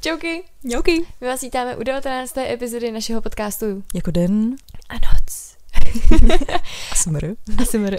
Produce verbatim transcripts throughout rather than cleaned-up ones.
Čauky. Mňauky. My vás vítáme u devatenácté epizody našeho podcastu Jako den. A noc. A smr. A smr.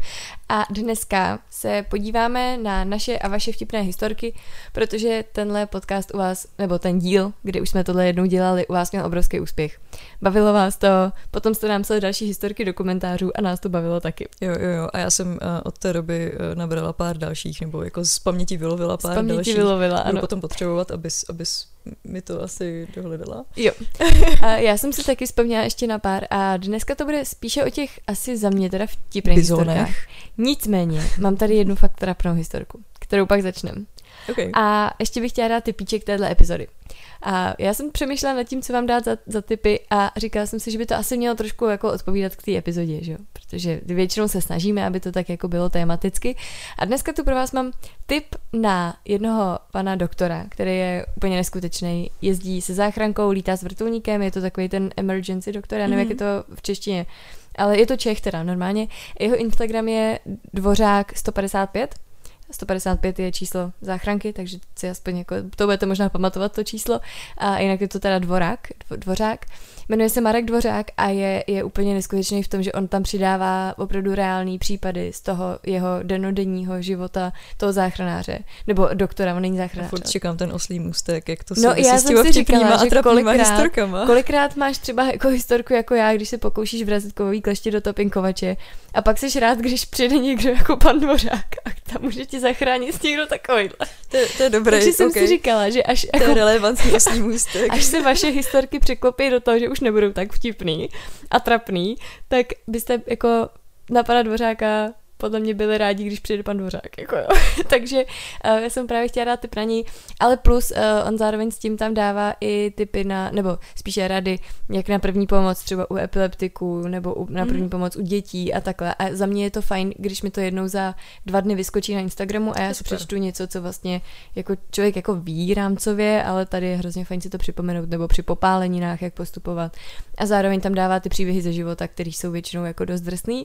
A dneska se podíváme na naše a vaše vtipné historky, protože tenhle podcast u vás, nebo ten díl, kdy už jsme tohle jednou dělali, u vás měl obrovský úspěch. Bavilo vás to, potom jste nám psali další historky do komentářů a nás to bavilo taky. Jo, jo, jo. A já jsem uh, od té doby uh, nabrala pár dalších, nebo jako z paměti vylovila pár z paměti dalších. vylovila, Budu ano. potom potřebovat, abys, abys mi to asi dohledala. Jo. A já jsem si taky vzpomněla ještě na pár a dneska to bude spíše o těch asi za mě teda vtipných historkách. Nicméně, mám tady jednu fakt trapnou historku, kterou pak začneme. Okay. A ještě bych chtěla dát tipíček téhle epizody. A já jsem přemýšlela nad tím, co vám dát za, za tipy a říkala jsem si, že by to asi mělo trošku jako odpovídat k té epizodě, že jo? Protože většinou se snažíme, aby to tak jako bylo tematicky. A dneska tu pro vás mám tip na jednoho pana doktora, který je úplně neskutečný. Jezdí se záchrankou, lítá s vrtulníkem, je to takový ten emergency doktor, já nevím, mm-hmm. jak je to v češtině, ale je to Čech teda normálně. Jeho Instagram je dvořák sto padesát pět. sto padesát pět je číslo záchranky, takže si aspoň jako, to budete možná pamatovat to číslo. A jinak je to teda dvorák, dvořák. Jmenuje se Marek Dvořák a je, je úplně neskutečný v tom, že on tam přidává opravdu reální případy z toho jeho dennodenního života toho záchranáře. Nebo doktora, on není záchranář. Furt čekám ten oslý můstek, jak to no, souvisí já s těma jsem si říkala, a trapnýma kolikrát, historkama. Kolikrát máš třeba jako historku jako já, když se pokoušíš vrazit kovový kleště do topinkovače a pak seš rád, když přijde někdo jako pan Dvořák a tam může ti zachránit někdo takovýhle. To, to je dobré. Takže jsem okay. si říkala, že až, to jako, je relevantní oslý můstek. až se vaše historky překlopí do toho, že už nebudou tak vtipný a trapný, tak byste jako na pana Dvořáka podle mě byli rádi, když přijde pan Dvořák. Jako jo. Takže uh, já jsem právě chtěla dát tip na ní, ale plus uh, on zároveň s tím tam dává i tipy na, nebo spíše rady, jak na první pomoc třeba u epileptiků, nebo u, na první mm. pomoc u dětí a takhle. A za mě je to fajn, když mi to jednou za dva dny vyskočí na Instagramu a já si přečtu něco, co vlastně jako člověk jako ví rámcově, ale tady je hrozně fajn si to připomenout, nebo při popáleninách, jak postupovat. A zároveň tam dává ty příběhy ze života, které jsou většinou jako dost drsný,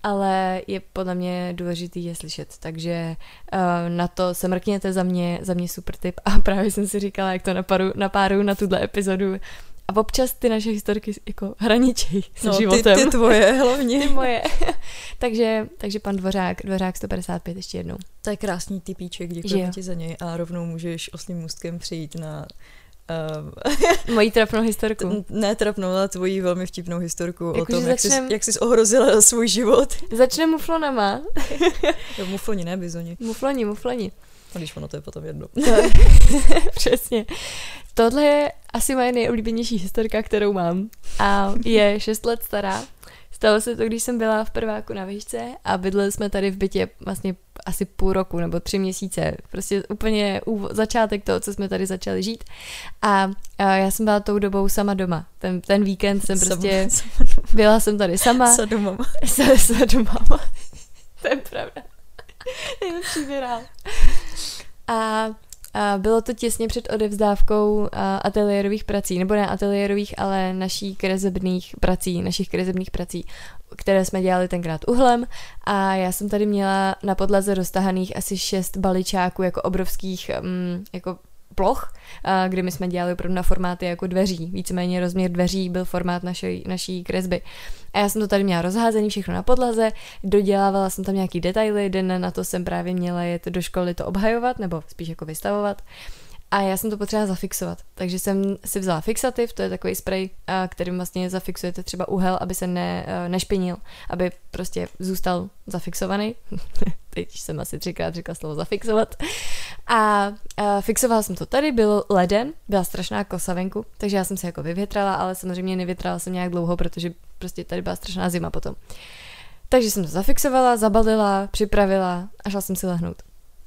ale je podle mě mě důležitý je slyšet, takže uh, na to se mrkněte, za mě, za mě super tip a právě jsem si říkala, jak to naparu, napáruju na tuhle epizodu a občas ty naše historky jako hraničí s no, životem. Ty, ty tvoje hlavně. Ty moje. takže, takže pan Dvořák, Dvořák sto padesát pět ještě jednou. To je krásný tipíček, děkujeme ti za něj a rovnou můžeš oslým můstkem přijít na Um, mojí trapnou historku. T- ne trapnou, ale tvojí velmi vtipnou historku jako o tom, začnem... jak, jsi, jak jsi ohrozila svůj život. Začne muflonama. Jo, mufloni, ne bizoni. Mufloni, mufloni. A když ono, to je potom jedno. Přesně. Tohle je asi moje nejoblíbenější historka, kterou mám. A je šest let stará. Stalo se to, když jsem byla v prváku na výšce a bydleli jsme tady v bytě vlastně asi půl roku nebo tři měsíce. Prostě úplně začátek toho, co jsme tady začali žít. A, a já jsem byla tou dobou sama doma. Ten, ten víkend jsem sama, prostě... Sama byla jsem tady sama. Sadomama. Sadomama. To je pravda. Nejlepší vyrál. A... A bylo to těsně před odevzdávkou ateliérových prací, nebo ne ateliérových, ale našich kresebných prací, našich kresebných prací, které jsme dělali tenkrát uhlem a já jsem tady měla na podlaze roztahaných asi šest baličáků jako obrovských um, jako ploch, kdy my jsme dělali opravdu na formáty jako dveří. Víceméně rozměr dveří byl formát naší, naší kresby. A já jsem to tady měla rozházený všechno na podlaze, dodělávala jsem tam nějaký detaily, den na to jsem právě měla jet do školy to obhajovat, nebo spíš jako vystavovat. A já jsem to potřebovala zafixovat. Takže jsem si vzala fixativ, to je takový sprej, kterým vlastně zafixujete třeba úhel, aby se ne, nešpinil, aby prostě zůstal zafixovaný. Teď jsem asi třikrát řekla slovo zafixovat. A, a fixovala jsem to tady, byl leden, byla strašná kosa venku, takže já jsem se jako vyvětrala, ale samozřejmě nevětrala jsem nějak dlouho, protože prostě tady byla strašná zima potom. Takže jsem to zafixovala, zabalila, připravila a šla jsem si lehnout.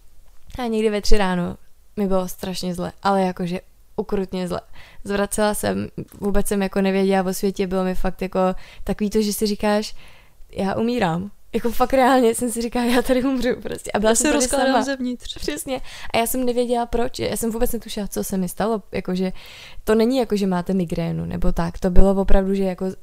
A někdy ve tři ráno mi bylo strašně zle, ale jakože ukrutně zle. Zvracela jsem, vůbec jsem jako nevěděla o světě, bylo mi fakt jako takový to, že si říkáš, já umírám. Jako fakt reálně jsem si říkala, já tady umřu prostě. A byla já jsem tady sama. Zevnitř. Přesně. A já jsem nevěděla proč. Já jsem vůbec netušila, co se mi stalo. Jakože to není jako, že máte migrénu nebo tak. To bylo opravdu, že jako...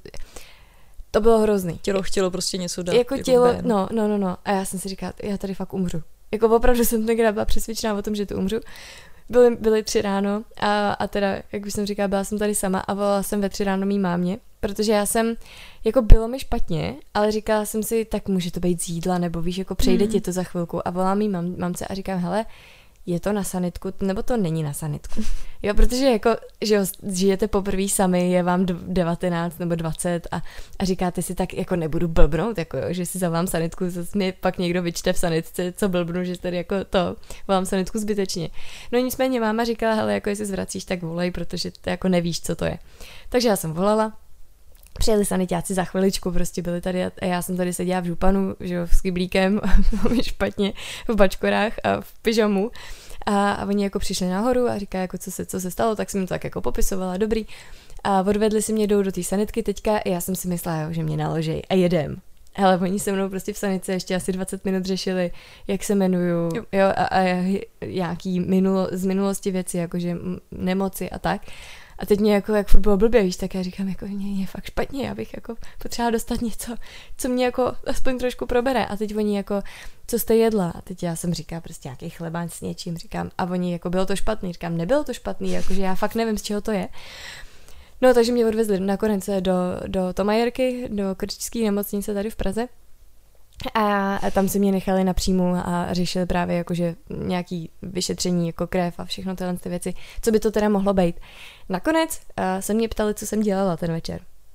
To bylo hrozný. Tělo chtělo prostě něco dát. Jako, jako tělo, ben. no, no, no, no. A já jsem si říkala, já tady fakt umřu. Jako opravdu jsem tenkrát byla přesvědčená o tom, že to umřu. byly, byly tři ráno a, a teda, jak už jsem říkala, byla jsem tady sama a volala jsem ve tři ráno mý mámě, protože já jsem, jako bylo mi špatně, ale říkala jsem si, tak může to být z jídla, nebo víš, jako přejde mm. ti to za chvilku a volám mý mám, mamce a říkám, hele, je to na sanitku, nebo to není na sanitku. Jo, protože jako, že jo, žijete poprvé sami, je vám devatenáct nebo dvacet a, a říkáte si, tak jako nebudu blbnout, jako jo, že si zavolám sanitku, zase mi pak někdo vyčte v sanitce, co blbnu, že tady jako to, volám sanitku zbytečně. No nicméně máma říkala, hele, jako jestli zvracíš, tak volej, protože to jako nevíš, co to je. Takže já jsem volala, přijeli sanitáci za chviličku, prostě byli tady a já jsem tady seděla v županu, že jo, s kyblíkem, bylo mi špatně, v bačkorách a v pyžamu a, a oni jako přišli nahoru a říkají, jako co se, co se stalo, tak jsem jim to tak jako popisovala, dobrý. A odvedli si mě jdou do té sanitky teďka a já jsem si myslela, jo, že mě naložej a jedem. Hele, oni se mnou prostě v sanice ještě asi dvacet minut řešili, jak se jmenuju, jo, jo a, a nějaký minulo, z minulosti věci, jakože nemoci a tak. A teď mě jako, jak furt bylo blbě, víš, tak já říkám, jako mě je fakt špatně, já bych jako potřebovala dostat něco, co mě jako aspoň trošku probere. A teď oni jako, co jste jedla? A teď já jsem říkala prostě nějaký chleba s něčím, říkám, a oni jako, bylo to špatný, říkám, nebylo to špatný, jakože já fakt nevím, z čeho to je. No, takže mě odvezli nakonec do, do Tomajerky, do krčické nemocnice tady v Praze. A, a tam si mě nechali napřímo a řešili právě jakože nějaký vyšetření jako krev a všechno tyhle ty věci, co by to teda mohlo být. Nakonec uh, se mě ptali, co jsem dělala ten večer.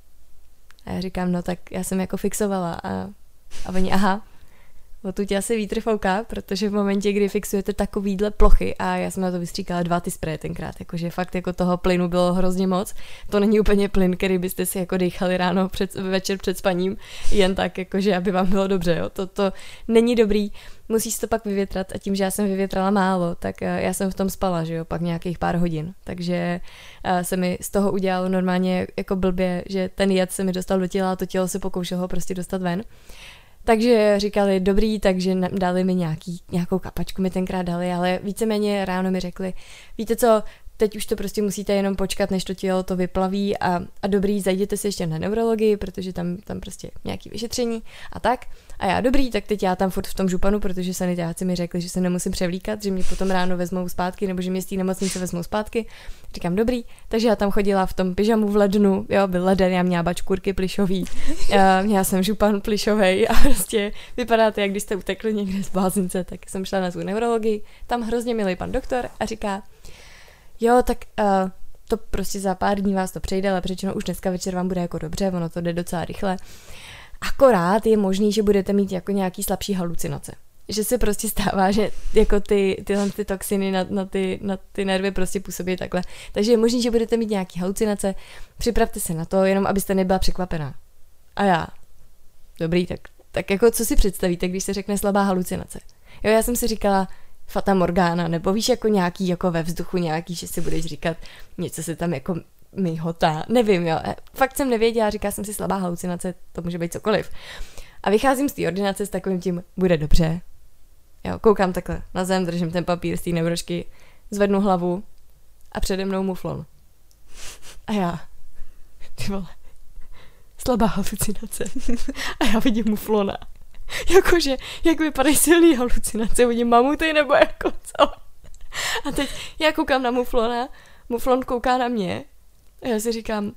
A já říkám, no tak já jsem jako fixovala a, a oni, aha, odtud asi vítr fouká, protože v momentě, kdy fixujete takovýhle plochy a já jsem na to vystříkala dva ty spreje tenkrát, jakože fakt jako toho plynu bylo hrozně moc. To není úplně plyn, který byste si jako dýchali ráno před, večer před spaním, jen tak, jakože aby vám bylo dobře, jo. To, to není dobrý, musíš to pak vyvětrat a tím, že já jsem vyvětrala málo, tak já jsem v tom spala, že jo, pak nějakých pár hodin, takže se mi z toho udělalo normálně jako blbě, že ten jed se mi dostal do těla a to tělo se pokoušelo ho prostě dostat ven. Takže říkali, dobrý, takže dali mi nějaký, nějakou kapačku, mi tenkrát dali, ale víceméně ráno mi řekli, víte co, teď už to prostě musíte jenom počkat, než to tělo to vyplaví a, a dobrý, zajděte si ještě na neurologii, protože tam, tam prostě nějaký vyšetření a tak. A já dobrý, tak teď já tam furt v tom županu, protože sanitáci mi řekli, že se nemusím převlíkat, že mě potom ráno vezmou zpátky, nebo že mě z té nemocnice vezmou zpátky. Říkám dobrý, takže já tam chodila v tom pyžamu v lednu, jo, byl leden, já měla bačkurky plišový, já, měla jsem župan plišovej a prostě vypadáte, jak když jste utekli někde z blázince, tak jsem šla na svou neurologii, tam hrozně milý pan doktor a říká, jo, tak uh, to prostě za pár dní vás to přejde, ale řečeno už dneska večer vám bude jako dobře, ono to jde docela rychle. Akorát je možný, že budete mít jako nějaký slabší halucinace. Že se prostě stává, že jako ty, tyhle ty toxiny na, na, ty, na ty nervy prostě působí takhle. Takže je možný, že budete mít nějaký halucinace, připravte se na to, jenom abyste nebyla překvapená. A já, dobrý, tak, tak jako co si představíte, když se řekne slabá halucinace? Jo, já jsem si říkala, Fata Morgana, nebo víš, jako nějaký jako ve vzduchu nějaký, že si budeš říkat, něco se tam jako myhotá, nevím, jo, fakt jsem nevěděla, říkala jsem si slabá halucinace, to může být cokoliv. A vycházím z té ordinace s takovým tím, bude dobře, jo, koukám takhle na zem, držím ten papír z té neurošky, zvednu hlavu a přede mnou muflon. A já, ty vole, slabá halucinace. A já vidím muflona. Jakože, jak vypadají silný halucinace, vidím mamuty nebo jako co. A teď já koukám na muflona, muflon kouká na mě a já si říkám,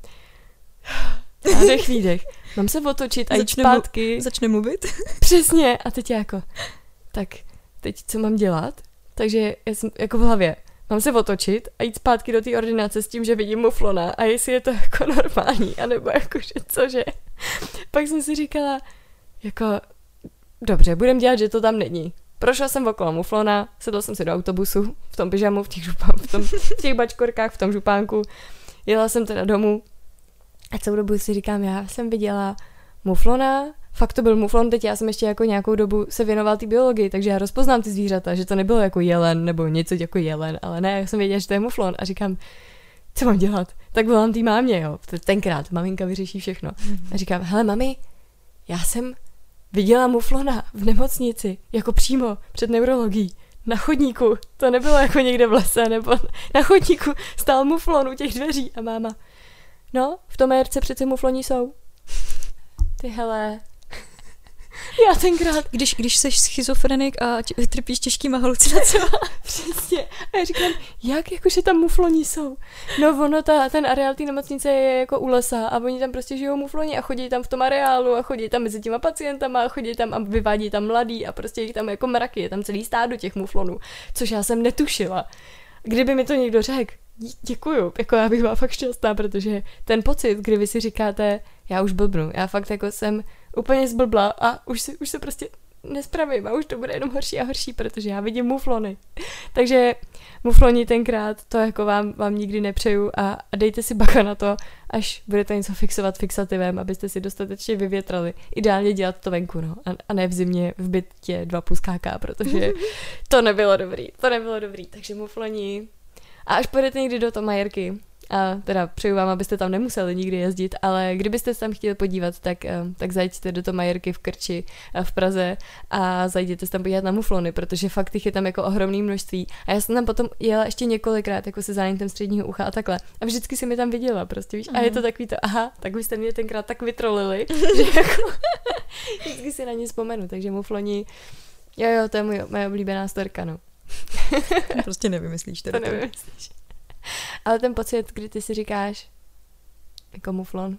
nádech, výdech, mám se otočit a jít začne zpátky. Mlu- začne mluvit? Přesně. A teď já jako, tak teď co mám dělat? Takže já jsem jako v hlavě, mám se otočit a jít zpátky do té ordinace s tím, že vidím muflona a jestli je to jako normální, anebo jakože cože. Pak jsem si říkala, jako dobře, budem dělat, že to tam není. Prošla jsem okolo muflona, sedla jsem si do autobusu, v tom pyžamu, v těch, župán, v, tom, v těch bačkorkách, v tom župánku. Jela jsem teda domů a celou dobu si říkám, já jsem viděla muflona, fakt to byl muflon, teď já jsem ještě jako nějakou dobu se věnovala té biologii, takže já rozpoznám ty zvířata, že to nebylo jako jelen nebo něco jako jelen, ale ne, já jsem věděla, že to je muflon a říkám, co mám dělat? Tak volám tý mámě, jo, tenkrát, maminka vyřeší všechno. A říkám, hele mami, já jsem viděla muflona v nemocnici, jako přímo před neurologií, na chodníku. To nebylo jako někde v lese, nebo na chodníku stál muflon u těch dveří a máma, no, v tom érce přece mufloni jsou. Ty hele. Já tenkrát... Když, když jsi schizofrenik a tě, trpíš těžkýma halucinacemi. Přesně. A já říkám, jak jakože tam mufloni jsou? No ono, ta, ten areál té nemocnice je jako u lesa a oni tam prostě žijou mufloni a chodí tam v tom areálu a chodí tam mezi těma pacientama a chodí tam a vyvádí tam mladý a prostě jich tam jako mraky, je tam celý stádo těch muflonů, což já jsem netušila. Kdyby mi to někdo řekl, děkuju, jako já bych byla fakt šťastná, protože ten pocit, kdy vy si říkáte, já už blbnu, já fakt jako jsem úplně zblbla a už, si, už se prostě nespravím a už to bude jenom horší a horší, protože já vidím muflony. Takže mufloni tenkrát, to jako vám, vám nikdy nepřeju a, a dejte si bacha na to, až budete něco fixovat fixativem, abyste si dostatečně vyvětrali. Ideálně dělat to venku, no, a, a ne v zimě v bytě dva plus ká ká, protože to nebylo dobrý, to nebylo dobrý, takže mufloni. A až půjdete někdy do Tomajerky, a teda přeju vám, abyste tam nemuseli nikdy jezdit, ale kdybyste se tam chtěli podívat, tak, tak zajďte do Tomajerky v Krči v Praze a zajděte se tam podívat na muflony, protože fakt jich je tam jako ohromné množství. A já jsem tam potom jela ještě několikrát jako se zánětem středního ucha a takhle. A vždycky jsem mi tam viděla, prostě víš. A je to takový to, aha, tak už jste mě tenkrát tak vytrolili, že jako vždycky si na ně vzpomenu, takže mufloni, jo jo, to je můj, moje oblíbená storka, no. Prostě nevymyslíš tady to. To nevymyslíš. Ale ten pocit, kdy ty si říkáš jako muflon,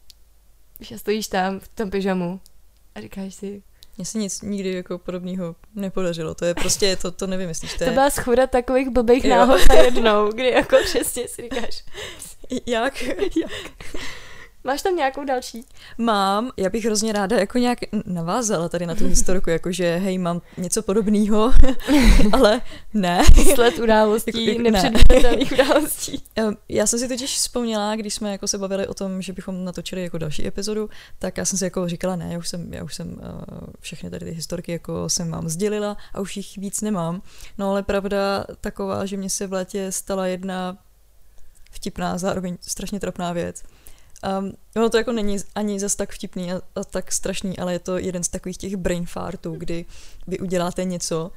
že stojíš tam v tom pyžamu a říkáš si... Mně se nic nikdy jako podobného nepodařilo, to je prostě, to, to nevymyslíš. To, je... to byla schoda takových blbých náhod najednou, kdy jako přesně si říkáš... Jak? Jak? Máš tam nějakou další? Mám, já bych hrozně ráda jako nějak navázala tady na tu historiku, jakože hej, mám něco podobného, ale ne. Sled událostí, jako, nepředvídatelných událostí. Já jsem si totiž vzpomněla, když jsme jako se bavili o tom, že bychom natočili jako další epizodu, tak já jsem si jako říkala, ne, já už jsem, já už jsem uh, všechny tady ty historky jako jsem vám sdělila a už jich víc nemám. No ale pravda taková, že mně se v létě stala jedna vtipná, zároveň strašně trapná věc. Um, ono to jako není ani zas tak vtipný a, a tak strašný, ale je to jeden z takových těch brain fartů, kdy vy uděláte něco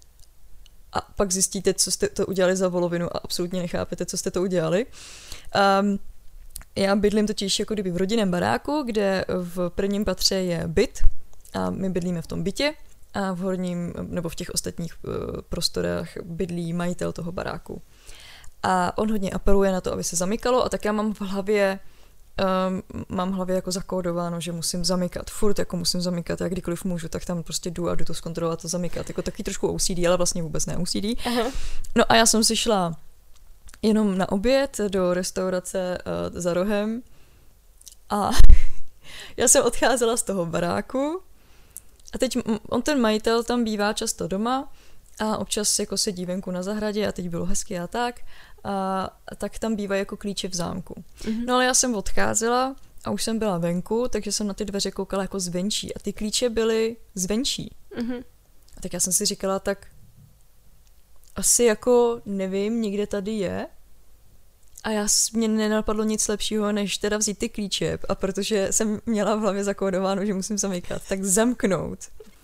a pak zjistíte, co jste to udělali za volovinu a absolutně nechápete, co jste to udělali. Um, já bydlím totiž jako kdyby v rodinném baráku, kde v prvním patře je byt a my bydlíme v tom bytě a v horním nebo v těch ostatních uh, prostorách bydlí majitel toho baráku. A on hodně apeluje na to, aby se zamykalo a tak já mám v hlavě Um, mám v hlavě jako zakódováno, že musím zamykat, furt jako musím zamykat, já kdykoliv můžu, tak tam prostě jdu a jdu to zkontrolovat a zamykat, jako taky trošku O C D, ale vlastně vůbec ne O C D. Aha. No a já jsem si šla jenom na oběd do restaurace uh, za rohem a já jsem odcházela z toho baráku a teď on ten majitel tam bývá často doma a občas jako sedí venku na zahradě a teď bylo hezky a tak a, a tak tam bývají jako klíče v zámku. Mm-hmm. No ale já jsem odcházela a už jsem byla venku, takže jsem na ty dveře koukala jako zvenčí a ty klíče byly zvenčí. Mm-hmm. A tak já jsem si říkala, tak asi jako nevím, někde tady je a já mě nenapadlo nic lepšího, než teda vzít ty klíče a protože jsem měla v hlavě zakódováno, že musím zamykat, tak zamknout.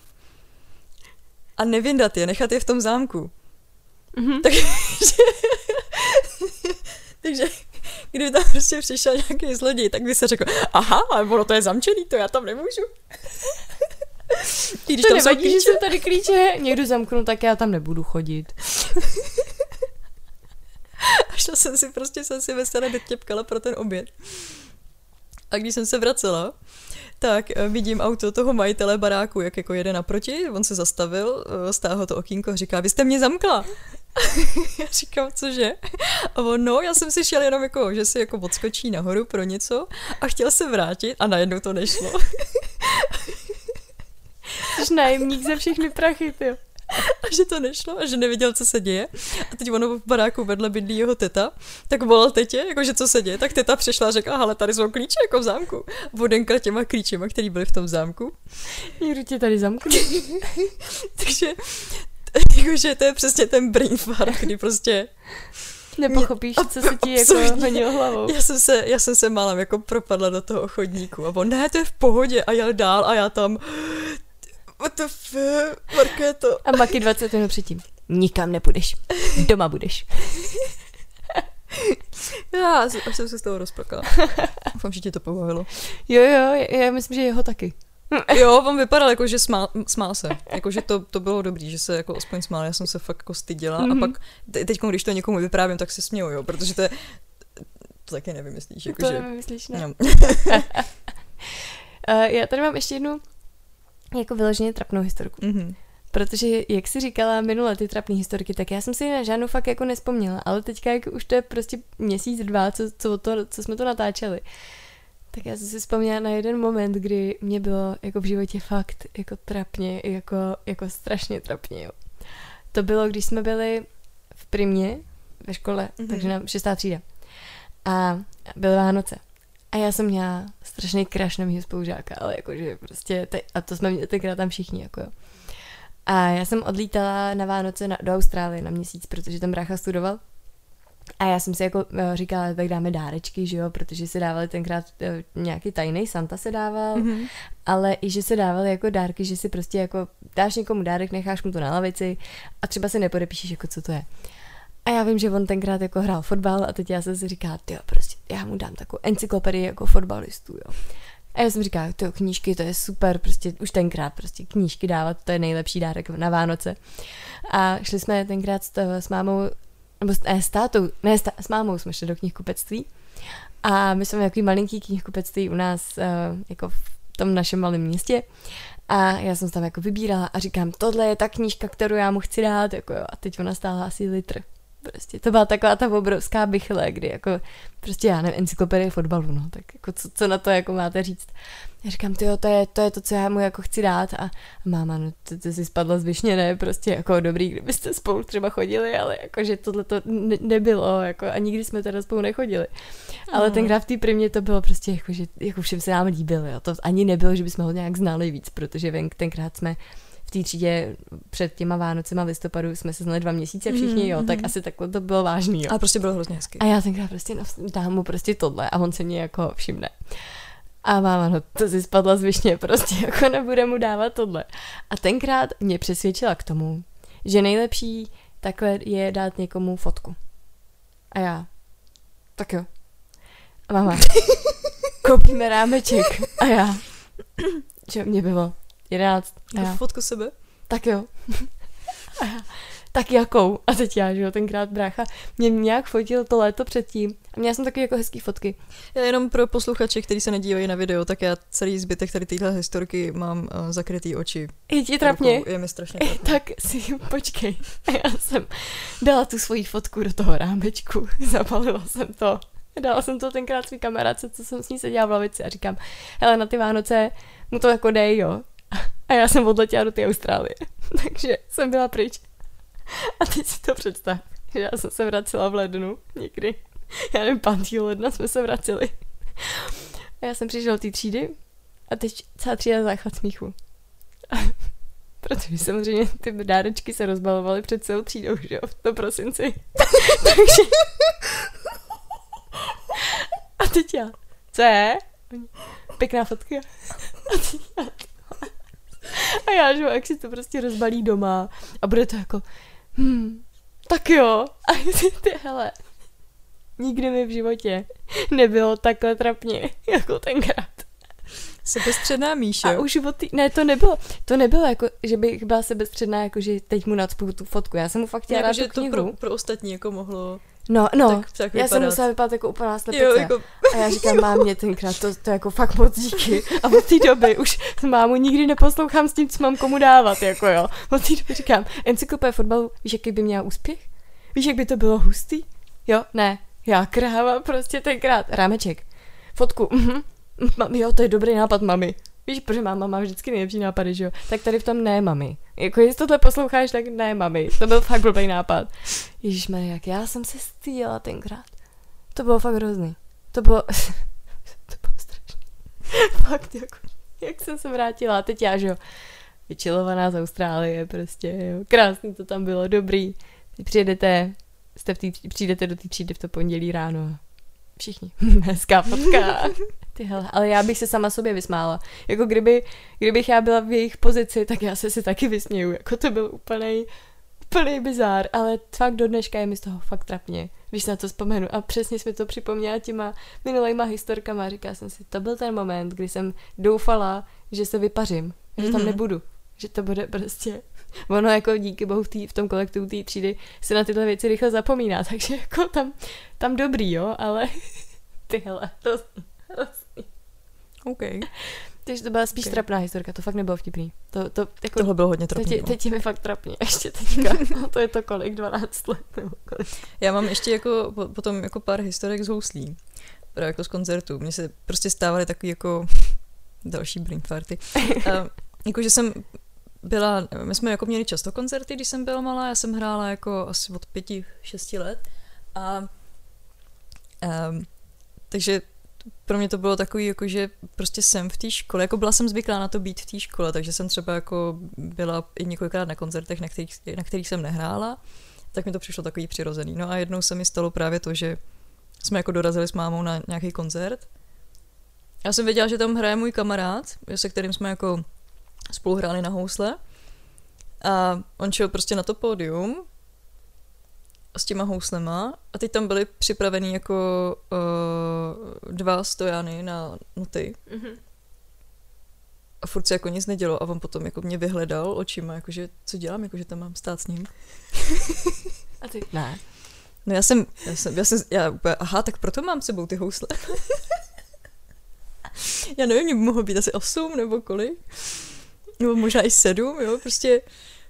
A nevyndat je, nechat je v tom zámku. Mm-hmm. Takže, takže kdyby tam prostě přišel nějaký zloděj, tak by se řekl, aha, ale ono to je zamčený, to já tam nemůžu. Když to nevadí, že jsou tady klíče, někdo zamknu, tak já tam nebudu chodit. A šla jsem si prostě, jsem si veselé dotěpkala pro ten oběd. A když jsem se vracela, tak vidím auto toho majitele baráku, jak jako jede naproti, on se zastavil, stáhl to okýnko a říká, vy jste mě zamkla. Já říkám, cože? A on, no, já jsem si šel jenom jako, že si jako odskočí nahoru pro něco a chtěl se vrátit a najednou to nešlo. Jsi nájemník ze všechny prachy, ty. A že to nešlo a že nevěděl, co se děje. A teď ono v baráku vedle bydlí jeho teta, tak volal tetě, jakože co se děje. Tak teta přišla a řekla, hele, tady jsou klíče jako v zámku. Vodenka těma klíčema, který byly v tom zámku. Někdo tě tady zamkl. Takže jakože to je přesně ten brain fart, kdy prostě nepochopíš, co se ti jako honilo hlavou. Já jsem se, já jsem se málem jako propadla do toho chodníku a on, ne, to je v pohodě a jel dál a já tam what the fuck, Markéto. A Maky dvacet minut předtím. Nikam nepůjdeš. Doma budeš. Já až jsem se z toho rozplakala. Doufám, že tě to pobavilo. Jo, jo, já myslím, že jeho taky. Jo, on vypadal jako, že smál, smál se. Jako, že to, to bylo dobrý, že se jako aspoň smál. Já jsem se fakt jako styděla. Mm-hmm. A pak te, teď, když to někomu vyprávím, tak se směju, jo, protože to je... To taky nevymyslíš. Jako, to že... nevymyslíš, ne? No. uh, já tady mám ještě jednu jako vyloženě trapnou historku. Mm-hmm. Protože, jak jsi říkala minule ty trapné historky, tak já jsem si na žádnou fakt jako nespomněla, ale teďka jako už to je prostě měsíc, dva, co, co, to, co jsme to natáčeli. Tak já jsem si vzpomněla na jeden moment, kdy mě bylo jako v životě fakt jako trapně, jako, jako strašně trapně, jo. To bylo, když jsme byli v primě ve škole, mm-hmm. takže nám šestá třída. A byly Vánoce. A já jsem měla strašný crush na mýho spolužáka, ale jakože prostě, te, a to jsme měli tenkrát tam všichni, jako jo. A já jsem odlítala na Vánoce na, do Austrálie na měsíc, protože tam brácha studoval. A já jsem si jako říkala, tak dáme dárečky, že jo, protože se dávali tenkrát nějaký tajný Santa se dával, mm-hmm. ale i že se dávaly jako dárky, že si prostě jako dáš někomu dárek, necháš mu to na lavici a třeba se nepodepíšeš, jako co to je. A já vím, že on tenkrát jako hrál fotbal a teď já jsem si říkala, tyjo, prostě já mu dám takovou encyklopedii jako fotbalistů, jo. A já jsem říkala, tyjo, knížky, to je super, prostě už tenkrát prostě knížky dávat, to je nejlepší dárek na Vánoce. A šli jsme tenkrát s, s mámou, nebo s, ne, s tátou, ne, s, tá, s mámou jsme šli do knihkupectví a my jsme takový malinký knihkupectví u nás, uh, jako v tom našem malém městě a já jsem se tam jako vybírala a říkám, tohle je ta knížka, kterou já mu chci dát, jako jo, a teď ona stála asi litr. Prostě to byla taková ta obrovská bychle, kdy jako prostě já nevím, encyklopedie fotbalu, no, tak jako co, co na to jako máte říct. Já říkám, tyjo, to je, to je to, co já mu jako chci dát a, a máma, no to, to si spadla z višně, ne, prostě jako dobrý, kdybyste spolu třeba chodili, ale jakože tohle to ne, nebylo, jako a nikdy jsme teda spolu nechodili. Ale mm. tenkrát v té primě to bylo prostě jako, že jako všem se nám líbilo, jo, to ani nebylo, že bychom ho nějak znali víc, protože ven, tenkrát jsme v té třídě před těma Vánocema v listopadu jsme se znali dva měsíce všichni, jo, mm-hmm. tak asi takhle to bylo vážný, jo. A prostě bylo hrozně hezky. A já tenkrát prostě no, dám mu prostě tohle a on se mě jako všimne. A máma, no to si spadla z višně, prostě jako nebude mu dávat tohle. A tenkrát mě přesvědčila k tomu, že nejlepší takhle je dát někomu fotku. A já, tak jo. A máma, koupíme rámeček. A já, že mě bylo jedenáct. A já, fotku sebe? Tak jo. A já, tak jakou? A teď já, že jo, tenkrát brácha mě nějak fotil to léto předtím. A měla jsem taky jako hezký fotky. Já jenom pro posluchače, kteří se nedívají na video, tak já celý zbytek tady téhle historky mám uh, zakrytý oči. Je ti trapně? Je mi strašně trapně. Tak si počkej. A já jsem dala tu svoji fotku do toho rámečku. Zapalila jsem to. Dala jsem to tenkrát svý kamarádce, co jsem s ní seděla v lavici a říkám, hele, na ty Vánoce mu to jako dej, jo. A já jsem odletěla do té Austrálie. Takže jsem byla pryč. A teď si to představ, že já jsem se vracela v lednu někdy. Já nevím, pátého ledna jsme se vraceli. A já jsem přišla do té třídy a teď celá třída záchvat smíchu. A protože samozřejmě ty dárečky se rozbalovaly před celou třídou, že jo, v tom prosinci. Takže... A teď já, co je? Pěkná fotka. A teď já... A já, že jak si to prostě rozbalí doma a bude to jako, hm, tak jo. A ty, ty hele, nikdy mi v životě nebylo takhle trapně, jako tenkrát. Sebestředná Míša. A už od tý, ne, to nebylo, to nebylo jako, že bych byla sebestředná, jako že teď mu nacpu tu fotku, já jsem mu fakt chtěla dát tu knihu. To pro, pro ostatní jako mohlo... No, no, tak, tak já jsem musela vypadat jako úplná slepice. Jo, jako... A já říkám, mámě tenkrát, to, to jako fakt moc díky. A od té doby už mámu nikdy neposlouchám s tím, co mám komu dávat, jako jo. Od té doby říkám, encyklopédie fotbalu, víš, jaký by měla úspěch? Víš, jak by to bylo hustý? Jo, ne, já kráva prostě tenkrát. Rámeček, fotku, mhm. Jo, to je dobrý nápad, mami. Víš, protože máma má vždycky nejlepší nápady, že jo? Tak tady v tom ne, mami. Jako jestli tohle posloucháš, tak ne, mami. To byl fakt blbý nápad. Ježišmarja, jak já jsem se styděla tenkrát. To bylo fakt hrozný. To bylo... to bylo strašný. Fakt, jako... Jak jsem se vrátila. A teď já, že jo? Vyčilovaná z Austrálie, prostě, jo. Krásný to tam bylo, dobrý. Teď přijedete, jste v tý, přijdete do té třídy v to pondělí ráno. Všichni. Hezká fotka. Ty hele, ale já bych se sama sobě vysmála. Jako kdyby, kdybych já byla v jejich pozici, tak já se si taky vysměju. Jako to byl úplnej, úplnej bizár, ale fakt do dneška je mi z toho fakt trapně, když na to vzpomenu. A přesně jsme to připomněla těma minulejma historkama. Říkala jsem si, to byl ten moment, kdy jsem doufala, že se vypařím, že mm-hmm. tam nebudu, že to bude prostě, ono jako díky bohu v, tý, v tom kolektivu té třídy se na tyhle věci rychle zapomíná, takže jako tam, tam dobrý, jo, ale tyhle, to hrozný. OK. Takže to byla spíš okay. trapná historka, to fakt nebylo vtipný. To, to, jako, Tohle bylo hodně trapný. Teď, teď je mi fakt trapně, ještě teďka. No, to je to kolik, dvanáct let nebo kolik. Já mám ještě jako, potom jako pár historek z houslí, právě jako z koncertů. Mně se prostě stávaly takový jako další brain farty. A, jako, že jsem byla, my jsme jako měli často koncerty, když jsem byla malá, já jsem hrála jako asi od pěti, šesti let. A, a takže pro mě to bylo takový, jako že prostě jsem v té škole, jako byla jsem zvyklá na to být v té škole, takže jsem třeba jako byla i několikrát na koncertech, na kterých, na kterých jsem nehrála, tak mi to přišlo takový přirozený. No a jednou se mi stalo právě to, že jsme jako dorazili s mámou na nějaký koncert. Já jsem věděla, že tam hraje můj kamarád, se kterým jsme jako spolu hráli na housle a on šel prostě na to pódium s těma houslema a teď tam byly připravený jako uh, dva stojany na noty. Mm-hmm. A furt se jako nic nedělo a on potom jako mě vyhledal očima, jakože co dělám, jakože tam mám stát s ním. A ty? Ne. No já jsem, já jsem, já jsem, já úplně, aha, tak proto mám s sebou ty housle. Já nevím, mě by mohlo být asi osm nebo kolik. Nebo možná i sedm, jo, prostě.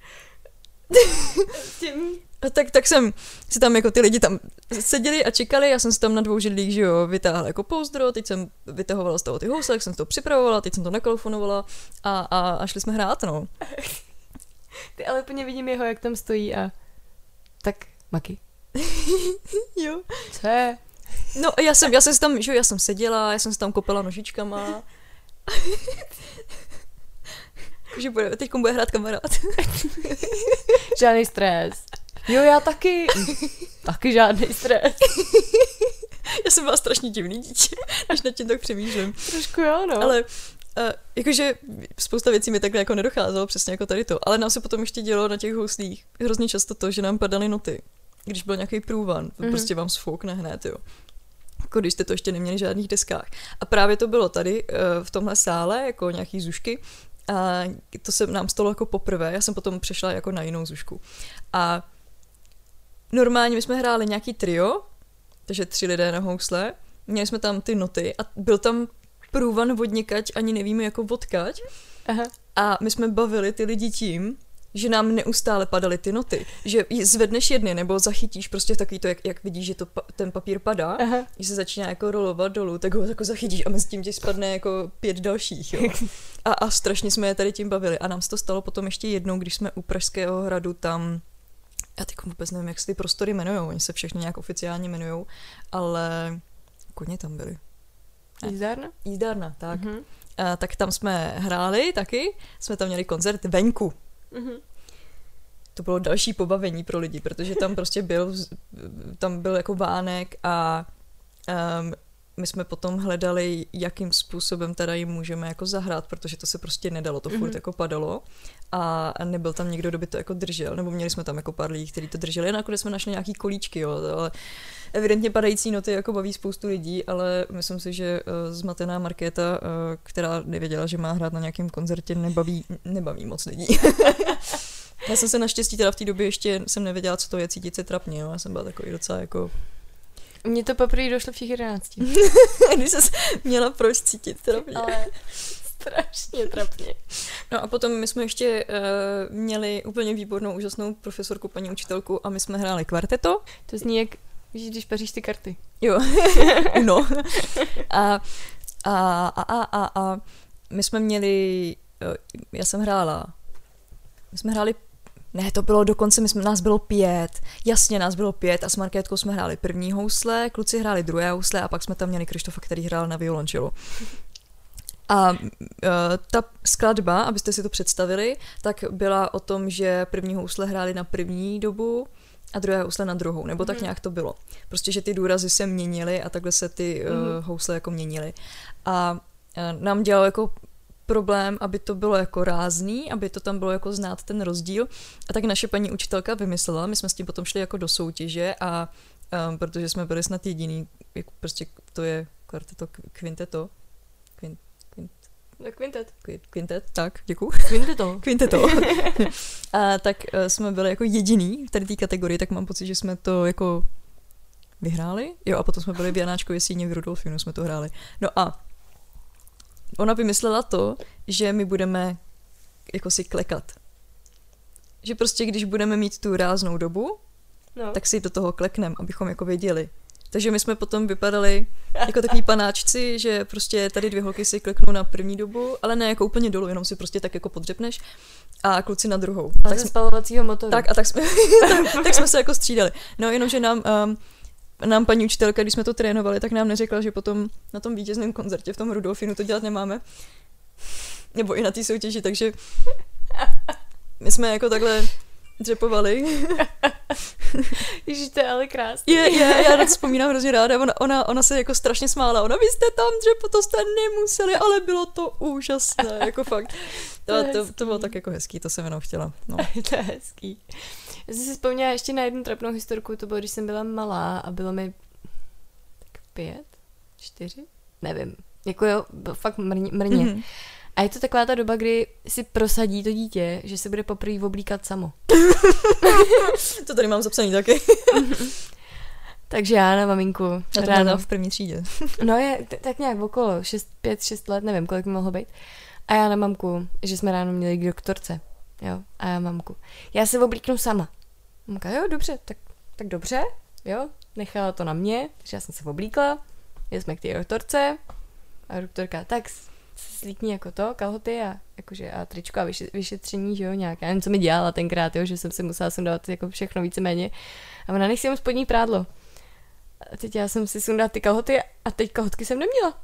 A tak, tak jsem si tam jako ty lidi tam seděli a čekali, já jsem si tam na dvou židlích, že jo, vytáhla jako pouzdro, teď jsem vytahovala z toho ty housle, jak jsem to připravovala, teď jsem to nakolofonovala a, a, a šli jsme hrát, no. Ty ale úplně vidím jeho, jak tam stojí a tak Maki. Jo. Co je? No já jsem, já jsem tam, že jo, já jsem seděla, já jsem si tam kopala nožičkama. Že bude, teď bude hrát kamarád. Žádný stres. Jo, já taky. Taky žádný stres. Já jsem byla strašně divný dítě, až nad tím tak přemýšlím. Trošku jo, no. Ale uh, jakože spousta věcí mi takhle jako nedocházelo, přesně jako tady to. Ale nám se potom ještě dělo na těch houslích hrozně často to, že nám padaly noty. Když byl nějaký průvan, mm-hmm. prostě vám sfoukne hned, jo. Jako když jste to ještě neměli v žádných deskách. A právě to bylo tady uh, v tomhle sále, jako nějaký zušky. A to se nám stalo jako poprvé, já jsem potom přešla jako na jinou zušku. A normálně my jsme hráli nějaký trio, takže tři lidé na housle, měli jsme tam ty noty a byl tam průvan vodnikať, ani nevíme jako odkať. Aha. A my jsme bavili ty lidi tím, že nám neustále padaly ty noty. Že zvedneš jedny, nebo zachytíš prostě takový to, jak, jak vidíš, že to, ten papír padá, aha. Že se začíná jako rolovat dolů, tak ho jako zachytíš a mezi tím ti spadne jako pět dalších, jo. A, a strašně jsme je tady tím bavili. A nám se to stalo potom ještě jednou, když jsme u Pražského hradu tam, já teď vůbec nevím, jak se ty prostory jmenujou, oni se všechny nějak oficiálně jmenujou, ale kodně tam byli. Jízdárna? Jízdárna, tak. Uh-huh. A, tak tam jsme hráli taky, jsme tam měli koncert venku. Mm-hmm. To bylo další pobavení pro lidi, protože tam prostě byl, tam byl jako vánek a um, my jsme potom hledali, jakým způsobem teda jim můžeme jako zahrát, protože to se prostě nedalo, to mm-hmm. furt jako padalo a nebyl tam někdo, kdo by to jako držel, nebo měli jsme tam jako pár lidí, kteří to drželi a nakonec jsme našli nějaký kolíčky, jo, ale evidentně padající noty jako baví spoustu lidí, ale myslím si, že uh, zmatená Markéta, uh, která nevěděla, že má hrát na nějakém koncertě, nebaví, nebaví moc lidí. Já jsem se naštěstí teda v té době ještě jsem nevěděla, co to je cítit se trapně, jo. Já jsem byla takový docela jako... Mně to poprvé došlo v těch jedenácti. Když jsi měla proč cítit trapně. Ale strašně trapně. No a potom my jsme ještě uh, měli úplně výbornou, úžasnou profesorku, paní učitelku a my jsme hráli kvarteto. To zní jak, víš, když paříš ty karty. Jo, no. A, a, a, a, a, a my jsme měli, já jsem hrála, my jsme hráli, ne, to bylo dokonce, my jsme, nás bylo pět, jasně, nás bylo pět a s Markétkou jsme hráli první housle, kluci hráli druhé housle a pak jsme tam měli Krištofa, který hrál na violončelu. A uh, ta skladba, abyste si to představili, tak byla o tom, že první housle hráli na první dobu a druhé housle na druhou, nebo tak nějak to bylo. Prostě, že ty důrazy se měnily a takhle se ty uh, housle jako měnily. A uh, nám dělalo jako problém, aby to bylo jako rázný, aby to tam bylo jako znát ten rozdíl. A tak naše paní učitelka vymyslela, my jsme s tím potom šli jako do soutěže a um, protože jsme byli snad jediný, jako prostě to je kvarteto, kvinteto, kvint, kvint, tak kvintet. Kvintet, tak, děkuju. Kvinteto. Kvinteto. A tak uh, jsme byli jako jediný v tady té kategorii, tak mám pocit, že jsme to jako vyhráli. Jo, a potom jsme byli v Janáčkově síni v Rudolfinu, jsme to hráli. No a ona vymyslela to, že my budeme jako si klekat. Že prostě, když budeme mít tu ráznou dobu, no. tak si do toho kleknem, abychom jako věděli. Takže my jsme potom vypadali jako takový panáčci, že prostě tady dvě holky si kleknou na první dobu, ale ne jako úplně dolů, jenom si prostě tak jako podřepneš a kluci na druhou. A tak ze spalovacího motoru. Tak a tak jsme, tak, tak jsme se jako střídali. No jenomže nám, um, nám paní učitelka, když jsme to trénovali, tak nám neřekla, že potom na tom vítězném koncertě v tom Rudolfinu to dělat nemáme. Nebo i na té soutěži, takže my jsme jako takhle dřepovali. Ježiš, to je ale krásný. Je, je, já na to vzpomínám hrozně ráda. Ona, ona, ona se jako strašně smála. Ona, vy jste tam dřepo, to jste nemuseli, ale bylo to úžasné, jako fakt. To, to, to, to bylo tak jako hezký, to jsem jenom chtěla. No. To je hezký. Já jsem si vzpomněla ještě na jednu trapnou historku, to bylo, když jsem byla malá a bylo mi tak pět, čtyři, nevím. Jako jo, fakt mrně. mrně. Mm-hmm. A je to taková ta doba, kdy si prosadí to dítě, že se bude poprvé oblíkat samo. To tady mám zapsaný taky. Takže já na maminku. Já to ráno v první třídě. No je t- tak nějak okolo, šest, pět, šest let, nevím, kolik mi mohlo být. A já na mamku, že jsme ráno měli k doktorce. Jo, a já mamku. Já se oblíknu sama. Mamka, jo, dobře, tak, tak dobře, jo, nechala to na mě, takže já jsem se oblíkla, jeli jsme k té doktorce a doktorka, tak slíkni jako to, kalhoty a, jakože, a tričko a vyšetření, že jo, nějaká. Nevím, co mi dělala tenkrát, jo, že jsem si musela sundat jako všechno víceméně. A ona nech si jenom spodní prádlo. A teď já jsem si sundala ty kalhoty a teď kalhotky jsem neměla.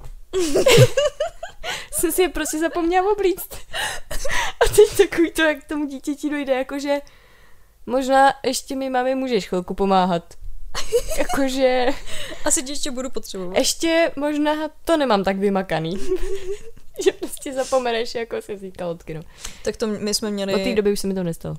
Jsem si je prostě zapomněla oblíct. A teď takový to, jak tomu dítěti dojde, jakože možná ještě mi mami můžeš chvilku pomáhat. Jakože... Asi ti ještě budu potřebovat. Ještě možná to nemám tak vymakaný. Že prostě zapomeneš, jako se vzít kalhotky, no. Tak to my jsme měli... Od té doby už se mi to nestalo.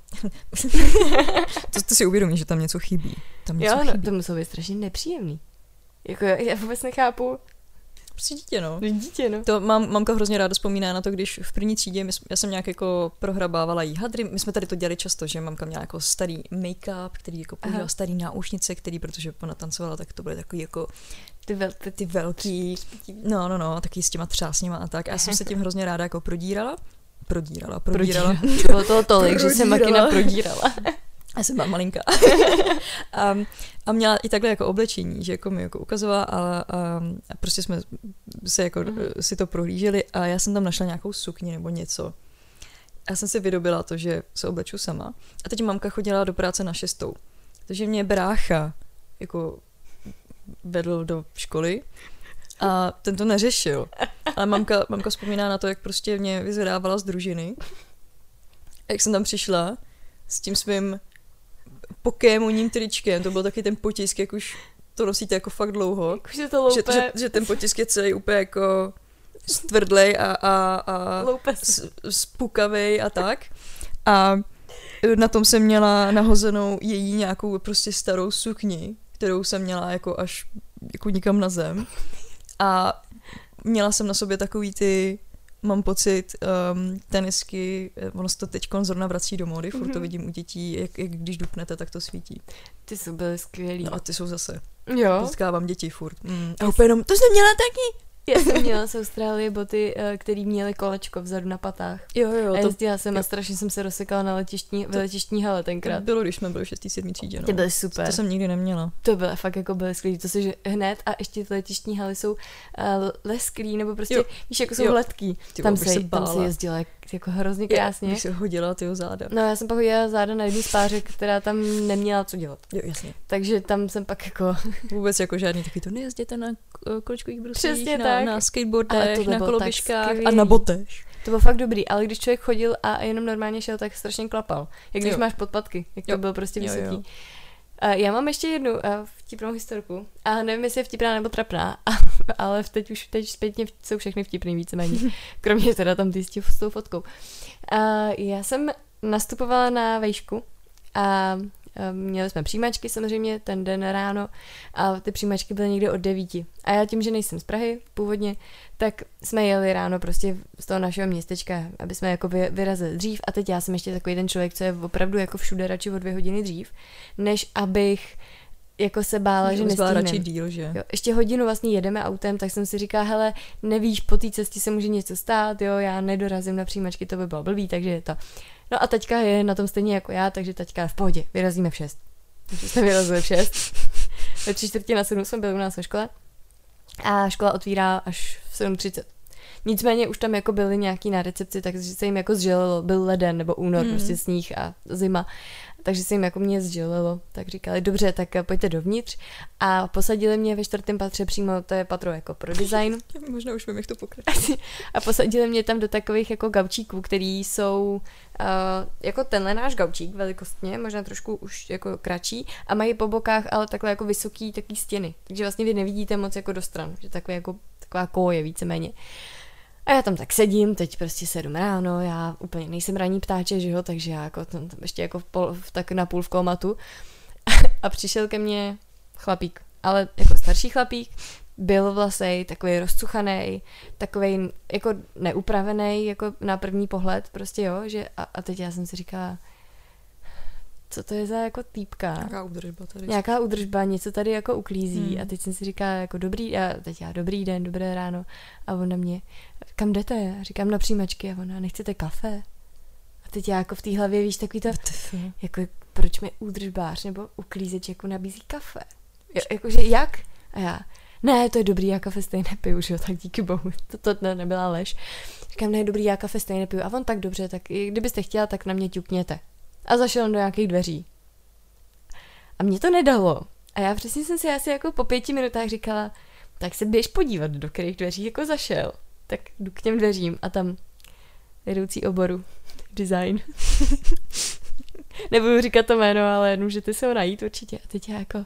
to, to si uvědomíš, že tam něco chybí. Tam něco jo, chybí. No, to muselo být strašně nepříjemný. Jako já vůbec nechápu. Prostě dítě, no. Dítě, no. To mám, mamka hrozně ráda vzpomíná na to, když v první třídě, my, já jsem nějak jako prohrabávala jí hadry, my jsme tady to dělali často, že mamka měla jako starý make-up, který jako používala starý náušnice, který, protože ona tancovala, tak to byly takový jako ty, vel, ty, ty velký, no, no, no, taky s těma třásněma a tak. A já jsem se tím hrozně ráda jako prodírala. Prodírala, prodírala. prodírala. Bylo toho tolik, že jsem makina prodírala. Já jsem byla malinká. a, a měla i takhle jako oblečení, že jako mi jako ukazovala a, a, a prostě jsme se jako mm-hmm. si to prohlíželi a já jsem tam našla nějakou sukni nebo něco. Já jsem si vydobila to, že se obleču sama. A teď mamka chodila do práce na šestou. Takže mě brácha jako vedl do školy a ten to neřešil. Ale mamka, mamka vzpomíná na to, jak prostě mě vyzvedávala z družiny. A jak jsem tam přišla s tím svým pokémonním tričkem, to byl taky ten potisk, jak už to nosíte jako fakt dlouho. Už je to loupe. Že, že, že ten potisk je celý úplně jako stvrdlej a, a, a spukavej a tak. A na tom jsem měla nahozenou její nějakou prostě starou sukni, kterou jsem měla jako až jako nikam na zem. A měla jsem na sobě takový ty, mám pocit, um, tenisky, ono se to teď zrovna vrací do módy, furt to vidím u dětí, jak, jak když dupnete, tak to svítí. Ty jsou byly skvělý. No a ty jsou zase. Jo. Potkávám děti furt. Mm. A úplně jenom, to jsem měla taky. Já jsem měla z Austrálie boty, které měly kolečko vzadu na patách. Jo, jo. A to... jezdila jsem a strašně jsem se rozsekala na letištní, to... letištní hale tenkrát. To bylo, když jsme byli v šestý, sedmý třídě. No. Ty byly super. To, to jsem nikdy neměla. To bylo fakt jako byly skvělý. To se že hned a ještě ty letištní haly jsou uh, lesklý, nebo prostě, jo. víš, jako jsou jo. hladký. Ty tam, se, se, tam se jezdila jako hrozně krásně. Bych se hodila tyho záda. No já jsem pak hodila záda na jednu z pářek, která tam neměla co dělat. Jo, jasně. Takže tam jsem pak jako... Vůbec jako žádný takový to nejezděte na kolečkových bruslích, na, tak. na skateboardech, na koloběžkách a na botech. To bylo fakt dobrý, ale když člověk chodil a jenom normálně šel, tak strašně klapal. Jak když jo. máš podpatky, jak to jo. bylo prostě vysoký. Jo, jo. Uh, já mám ještě jednu uh, vtipnou historku. A nevím, jestli je vtipná nebo trapná, ale teď už teď zpětně jsou všechny vtipný víceméně. Kromě teda tam ty s tou fotkou. Uh, já jsem nastupovala na vejšku a měli jsme přijímačky samozřejmě ten den ráno a ty přijímačky byly někde od devíti. A já tím, že nejsem z Prahy původně, tak jsme jeli ráno prostě z toho našeho městečka, aby jsme jako vyrazili dřív a teď já jsem ještě takový ten člověk, co je opravdu jako všude radši o dvě hodiny dřív, než abych jako se bála, že, že nestihnem. radši díl, že? Jo, ještě hodinu vlastně jedeme autem, tak jsem si říkala, hele, nevíš, po té cestě se může něco stát, jo, já nedorazím na přijímačky, to by bylo blbý, takže je to. No a taťka je na tom stejně jako já, takže taťka je v pohodě, vyrazíme v šest. Takže jsme vyrazili v šest. Ve tři čtvrtě na sedm jsme byli u nás ve škole a škola otvírá až v sedm třicet. Nicméně už tam jako byli nějaký na recepci, takže se jim jako zželilo, byl leden nebo únor, mm. prostě sníh a zima. Takže se jim jako mě zželilo, tak říkali, dobře, tak pojďte dovnitř a posadili mě ve čtvrtém patře přímo, to je patro jako pro design. Možná už vím, jak to pokračuje. A posadili mě tam do takových jako gaučíků, který jsou uh, jako tenhle náš gaučík velikostně, možná trošku už jako kratší a mají po bokách ale takhle jako vysoký taký stěny, takže vlastně vy nevidíte moc jako do stran, že takové jako taková koje víceméně. A já tam tak sedím, teď prostě sedm ráno, já úplně nejsem ranní ptáče, že jo, takže já jako tam, tam ještě jako v pol, tak na půl v komatu. A přišel ke mně chlapík, ale jako starší chlapík, byl vlasej, takový rozcuchaný, takový jako neupravený, jako na první pohled, prostě jo, že a, a teď já jsem si říkala, co to je za jako týpka. Nějaká údržba tady. Nějaká údržba, něco tady jako uklízí hmm. a teď jsem si říkala jako dobrý, a teď já dobrý den, dobré ráno a on na mě, kam jdete? A říkám na přijímačky a ona, nechcete kafe? A teď já jako v té hlavě víš takový to, jako proč mi údržbář nebo uklízeč jako nabízí kafe? Jo, jakože jak? A já, ne, to je dobrý, já kafe stejně nepiju, že jo, tak díky bohu, to, to nebyla lež. Říkám, ne, dobrý, já kafe stejně nepiju a on tak dobře, tak kdybyste chtěla, tak na mě ťukněte. A zašel do nějakých dveří. A mě to nedalo. A já přesně jsem si asi jako po pěti minutách říkala, tak se běž podívat, do kterých dveří jako zašel. Tak jdu k těm dveřím a tam vedoucí oboru. Design. Nebudu říkat to jméno, ale můžete se ho najít určitě. A teď já jako,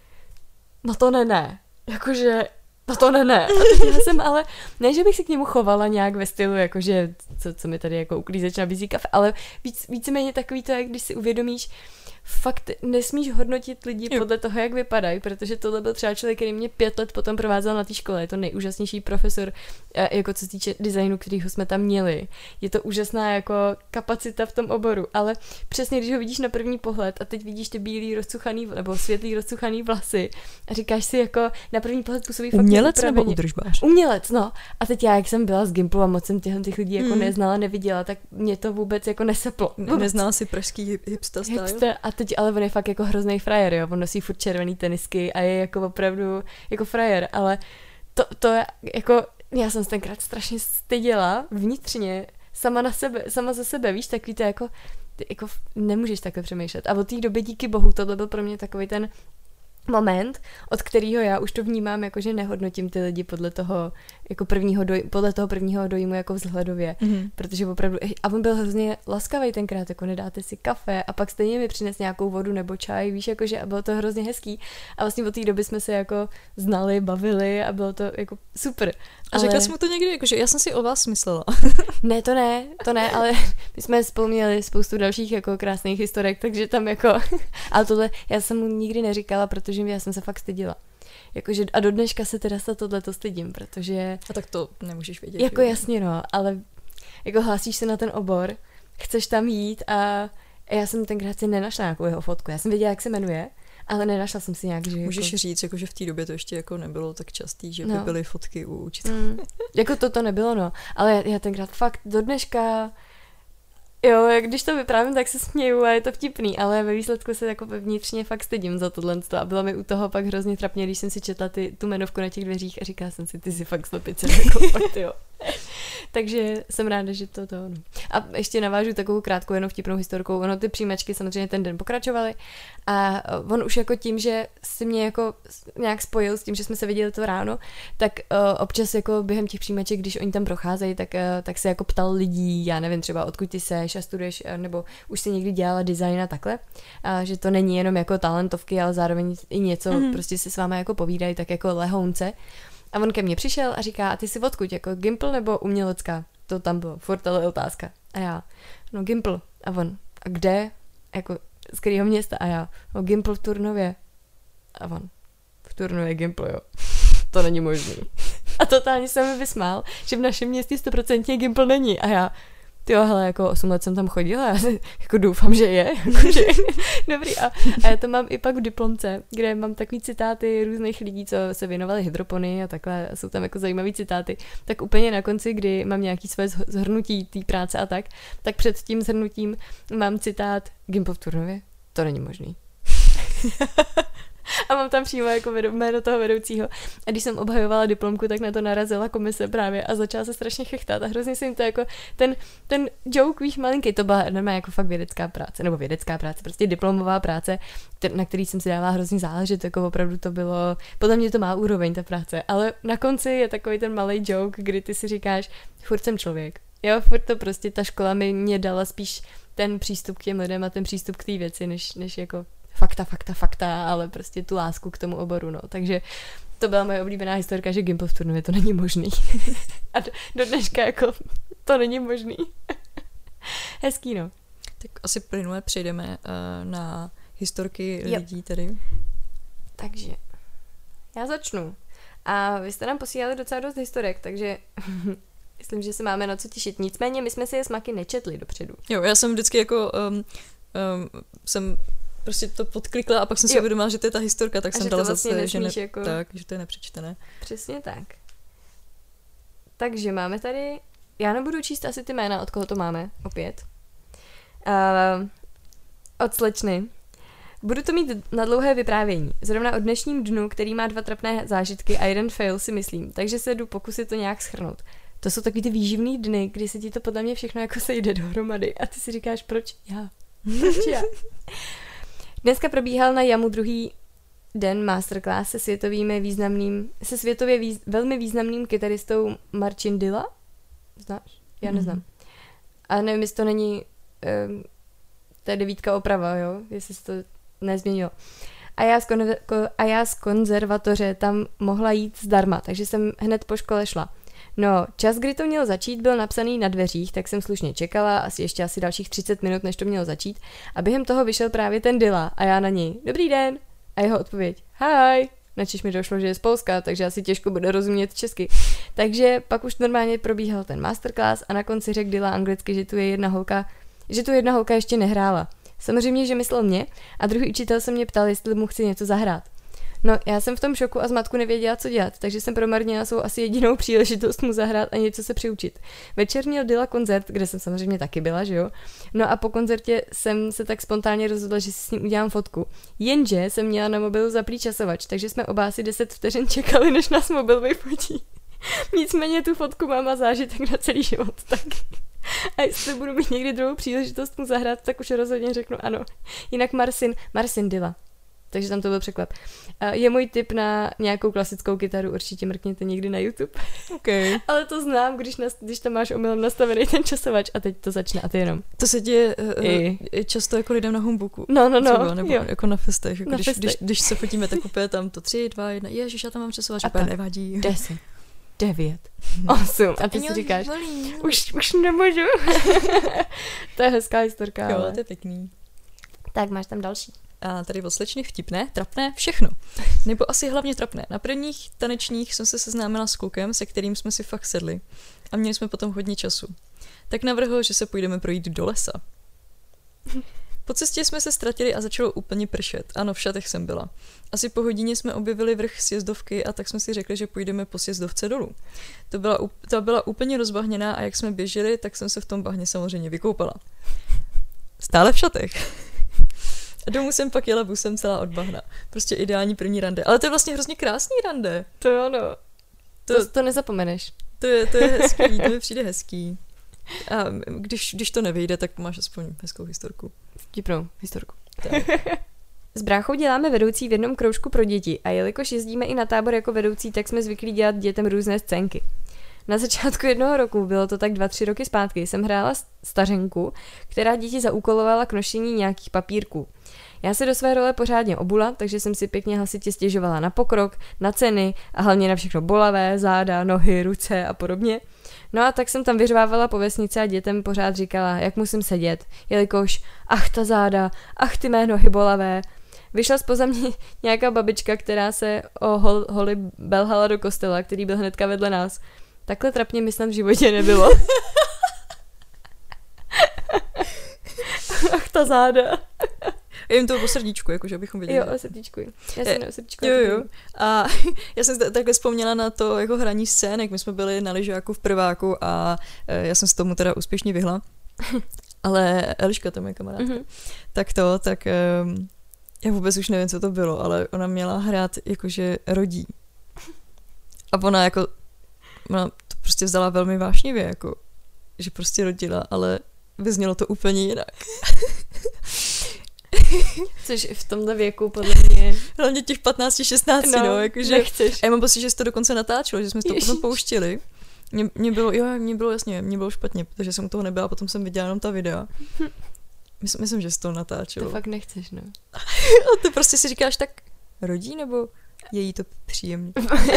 no to ne, ne. Jakože, no to ne, ne. A teď já jsem ale, ne, že bych se k němu chovala nějak ve stylu, jakože, co, co mi tady jako uklízeč nabízí kafe, ale víc, víceméně takový to, jak když si uvědomíš, fakt nesmíš hodnotit lidi jo. podle toho, jak vypadají, protože tohle byl třeba člověk, který mě pět let potom provázel na té škole. Je to nejúžasnější profesor, jako co se týče designu, kterýho jsme tam měli. Je to úžasná jako kapacita v tom oboru, ale přesně, když ho vidíš na první pohled a teď vidíš ty bílý rozcuchaný nebo světlý rozcuchaný vlasy a říkáš si jako na první pohled působí fakt umělec nebo údržbář? Umělec, no. A teď já, jak jsem byla z Gimplu a moc jsem těchto těch lidí jako mm. neznala, neviděla, tak mě to vůbec jako neseplo. Vůbec. Neznala si pražský hipster style? Hipster, a teď ale on je fakt jako hrozný frajer, jo, on nosí furt červený tenisky a je jako opravdu jako frajer, ale to, to je jako, já jsem se tenkrát strašně styděla vnitřně, sama na sebe, sama za sebe, víš, takový to jako, ty jako nemůžeš takhle přemýšlet. A od té doby díky bohu tohle byl pro mě takový ten moment, od kterého já už to vnímám, jako že nehodnotím ty lidi podle toho, jako prvního doj, podle toho prvního dojmu jako vzhledově, mm-hmm. protože opravdu, a on byl hrozně laskavý tenkrát, jako nedáte si kafe a pak stejně mi přines nějakou vodu nebo čaj, víš, jakože a bylo to hrozně hezký a vlastně od té doby jsme se jako znali, bavili a bylo to jako super. A řekla ale... jsi mu to někdy, jakože já jsem si o vás myslela. Ne, to ne, to ne, ale my jsme spolu měli spoustu dalších jako krásných historek, takže tam jako, ale tohle já jsem mu nikdy neříkala, protože já jsem se fakt stydila. Jakože, a do dneška se teda za tohleto stydím, protože... A tak to nemůžeš vědět. Jako jo. Jasně, no, ale jako hlásíš se na ten obor, chceš tam jít a já jsem tenkrát si nenašla nějakou jeho fotku. Já jsem věděla, jak se jmenuje, ale nenašla jsem si nějak, že můžeš jako... říct, jako, že v té době to ještě jako nebylo tak častý, že by no. byly fotky u učitelů. Mm, jako to to nebylo, no. Ale já, já tenkrát fakt do dneška... Jo, jak když to vyprávím, tak se směju a je to vtipný, ale ve výsledku se jako vnitřně fakt stydím za tohle a bylo mi u toho pak hrozně trapně, když jsem si četla ty, tu jmenovku na těch dveřích a říkala jsem si, ty si fakt slepice, jako fakt jo. Takže jsem ráda, že to to. No. A ještě navážu takovou krátkou jenom vtipnou historkou. Ono ty přijímačky samozřejmě ten den pokračovaly a on už jako tím, že si mě jako nějak spojil s tím, že jsme se viděli to ráno, tak uh, občas jako během těch přijímaček, když oni tam procházejí, tak, uh, tak se jako ptal lidí, já nevím třeba odkud ty seš a studuješ, nebo už si někdy dělala design a takhle, a že to není jenom jako talentovky, ale zároveň i něco, mm-hmm. prostě si s váma jako povídají, tak jako lehounce. A on ke mně přišel a říká, a ty jsi odkud, jako Gimpl nebo umělecká? To tam bylo, furt tato otázka. A já, no Gimpl. A on, a kde? Jako, z kterého města? A já, no Gimpl v Turnově. A on, v Turnově Gimpl, jo. To není možný. A totálně se mi vysmál, že v našem městě stoprocentně Gimpl není. A já, tyjo, hele, jako osm let jsem tam chodila, já si, jako doufám, že je. Jako, že, dobrý. A, a já to mám i pak v diplomce, kde mám takový citáty různých lidí, co se věnovali hydroponii a takhle, jsou tam jako zajímavý citáty. Tak úplně na konci, kdy mám nějaký své zhrnutí té práce a tak, tak před tím zhrnutím mám citát Gimpl v Turnově. To není možný. A mám tam přímo jako jméno toho vedoucího. A když jsem obhajovala diplomku, tak na to narazila komise právě a začala se strašně chechtat. A hrozně se jim to jako, ten, ten joke, víš, malinký, to byla normálně jako fakt vědecká práce, nebo vědecká práce, prostě diplomová práce, na který jsem si dávala hrozně záležet, jako opravdu to bylo, podle mě to má úroveň ta práce, ale na konci je takový ten malý joke, kdy ty si říkáš, furt jsem člověk. Jo, furt to prostě, ta škola mi mě dala spíš ten přístup k těm lidem a ten přístup k té věci, než, než jako fakta, fakta, fakta, ale prostě tu lásku k tomu oboru, no. Takže to byla moje oblíbená historka, že Gimpl v Turnově to není možný. A do, do dneška jako to není možný. Hezký, no. Tak asi plynule přejdeme uh, na historky jo. lidí tady. Takže já začnu. A vy jste nám posílali docela dost historek, takže myslím, že se máme na co těšit. Nicméně my jsme si je s Maky nečetli dopředu. Jo, já jsem vždycky jako um, um, jsem prostě to podklikla a pak jsem si uvědomila, že to je ta historka, tak a jsem dala vlastně zase, že, ne, jako... tak, že to je nepřečtené. Přesně tak. Takže máme tady, já nebudu číst asi ty jména, od koho to máme, opět. Uh, od slečny. Budu to mít na dlouhé vyprávění. Zrovna o dnešním dnu, který má dva trapné zážitky a jeden fail, si myslím, takže se jdu pokusit to nějak shrnout. To jsou takový ty výživný dny, kdy se ti to podle mě všechno jako sejde dohromady a ty si říkáš, proč já? Proč já? Dneska probíhal na Jamu druhý den masterclass se světovými významným, se světově výz, velmi významným kytaristou Marcin Dilla. Znáš? Já neznám. A nevím, jestli to není um, to je devítka oprava, jo? Jestli se to nezměnilo. A já, z kon- a já z konzervatoře tam mohla jít zdarma, takže jsem hned po škole šla. No, čas, kdy to mělo začít, byl napsaný na dveřích, tak jsem slušně čekala, asi ještě asi dalších třicet minut, než to mělo začít. A během toho vyšel právě ten Dilla a já na něj. Dobrý den. A jeho odpověď. Hi. Načež mi došlo, že je z Polska, takže asi těžko bude rozumět česky. Takže pak už normálně probíhal ten masterclass a na konci řekl Dilla anglicky, že tu je jedna holka, že tu jedna holka ještě nehrála. Samozřejmě, že myslel mě a druhý učitel se mě ptal, jestli mu chci něco zahrát. No, já jsem v tom šoku a zmatku nevěděla, co dělat, takže jsem promarnila svou asi jedinou příležitost mu zahrát a něco se přiučit. Večer měl Dilla koncert, kde jsem samozřejmě taky byla, že jo? No a po koncertě jsem se tak spontánně rozhodla, že si s ním udělám fotku. Jenže jsem měla na mobilu zaplý časovač, takže jsme oba asi deset vteřin čekali, než nás mobil vyfotí. Nicméně tu fotku mám a zážitek na celý život, tak... A jestli budu mít někdy druhou příležitost mu zahrát, tak už rozhodně řeknu ano. Jinak Marcin, Marcin Dilla. Takže tam to byl překlad. Je můj tip na nějakou klasickou kytaru, určitě mrkněte někdy na YouTube. Okay. Ale to znám, když, nas, když tam máš omylem nastavený ten časovač a teď to začne a ty jenom. To se děje uh, často jako lidem na humbooku. No, no, no. Třeba, nebo jo. Jako na festech. Jako na když, festech. Když, když se fotíme, tak úplně tam to tři, dva, jedna. Ježiš, já tam mám časovač, a úplně nevadí. Deset. Devět. Osm. A ty si říkáš, už, už nemůžu. To je hezká historka. Jo, ale. to je pěkný. Tak máš tam další. A tady od slečny vtipné, trapné, všechno. Nebo asi hlavně trapné. Na prvních tanečních jsem se seznámila s klukem, se kterým jsme si fakt sedli. A měli jsme potom hodně času. Tak navrhl, že se půjdeme projít do lesa. Po cestě jsme se ztratili a začalo úplně pršet. Ano, v šatech jsem byla. Asi po hodině jsme objevili vrch sjezdovky a tak jsme si řekli, že půjdeme po sjezdovce dolů. To byla, ta byla úplně rozbahněná a jak jsme běželi, tak jsem se v tom bahně samozřejmě vykoupala. Stále v šatech. A domů jsem pak jela busem celá od bahna. Prostě ideální první rande. Ale to je vlastně hrozně krásný rande. To jo, no. To, to, to nezapomeneš. To je, to je hezký, to mi přijde hezký. A když, když to nevyjde, tak máš aspoň hezkou historku. Vtipnou historku. S bráchou děláme vedoucí v jednom kroužku pro děti a jelikož jezdíme i na tábor jako vedoucí, tak jsme zvyklí dělat dětem různé scénky. Na začátku jednoho roku, bylo to tak dva, tři roky zpátky, jsem hrála stařenku, která děti zaúkolovala k nošení nějakých papírků. Já se do své role pořádně obula, takže jsem si pěkně hlasitě stěžovala na pokrok, na ceny a hlavně na všechno bolavé, záda, nohy, ruce a podobně. No a tak jsem tam vyřvávala po vesnici a dětem pořád říkala, jak musím sedět, jelikož ach ta záda, ach ty mé nohy bolavé. Vyšla spoza mě nějaká babička, která se o hol, holi belhala do kostela, který byl hnedka vedle nás. Takhle trapně mi snad v životě nebylo. Ach ta záda. Já jim to po srdíčku, jakože abychom viděli. Jo, o srdíčku. Já si ne o srdíčku. Jo, jo. A já jsem takhle vzpomněla na to jako hraní scének. My jsme byli na lyžáku v prváku a já jsem se tomu teda úspěšně vyhla. Ale Eliška, to je moje kamarádka, mm-hmm. tak to, tak um, já vůbec už nevím, co to bylo, ale ona měla hrát jakože rodí. A ona jako, ona to prostě vzala velmi vášnivě, jako, že prostě rodila, ale vyznělo to úplně jinak. Což v tomhle věku podle mě... Hlavně těch patnáct šestnáct, no, no jakože... Nechceš. A já mám pocit, že se to dokonce natáčelo, že jsme to potom pouštili. Mě, mě bylo, jo, mě bylo jasně, mě bylo špatně, protože jsem u toho nebyla, potom jsem viděla jenom ta videa. Myslím, myslím, že se to natáčelo. To fakt nechceš, no. A ty prostě si říkáš tak, rodí, nebo je jí to příjemný?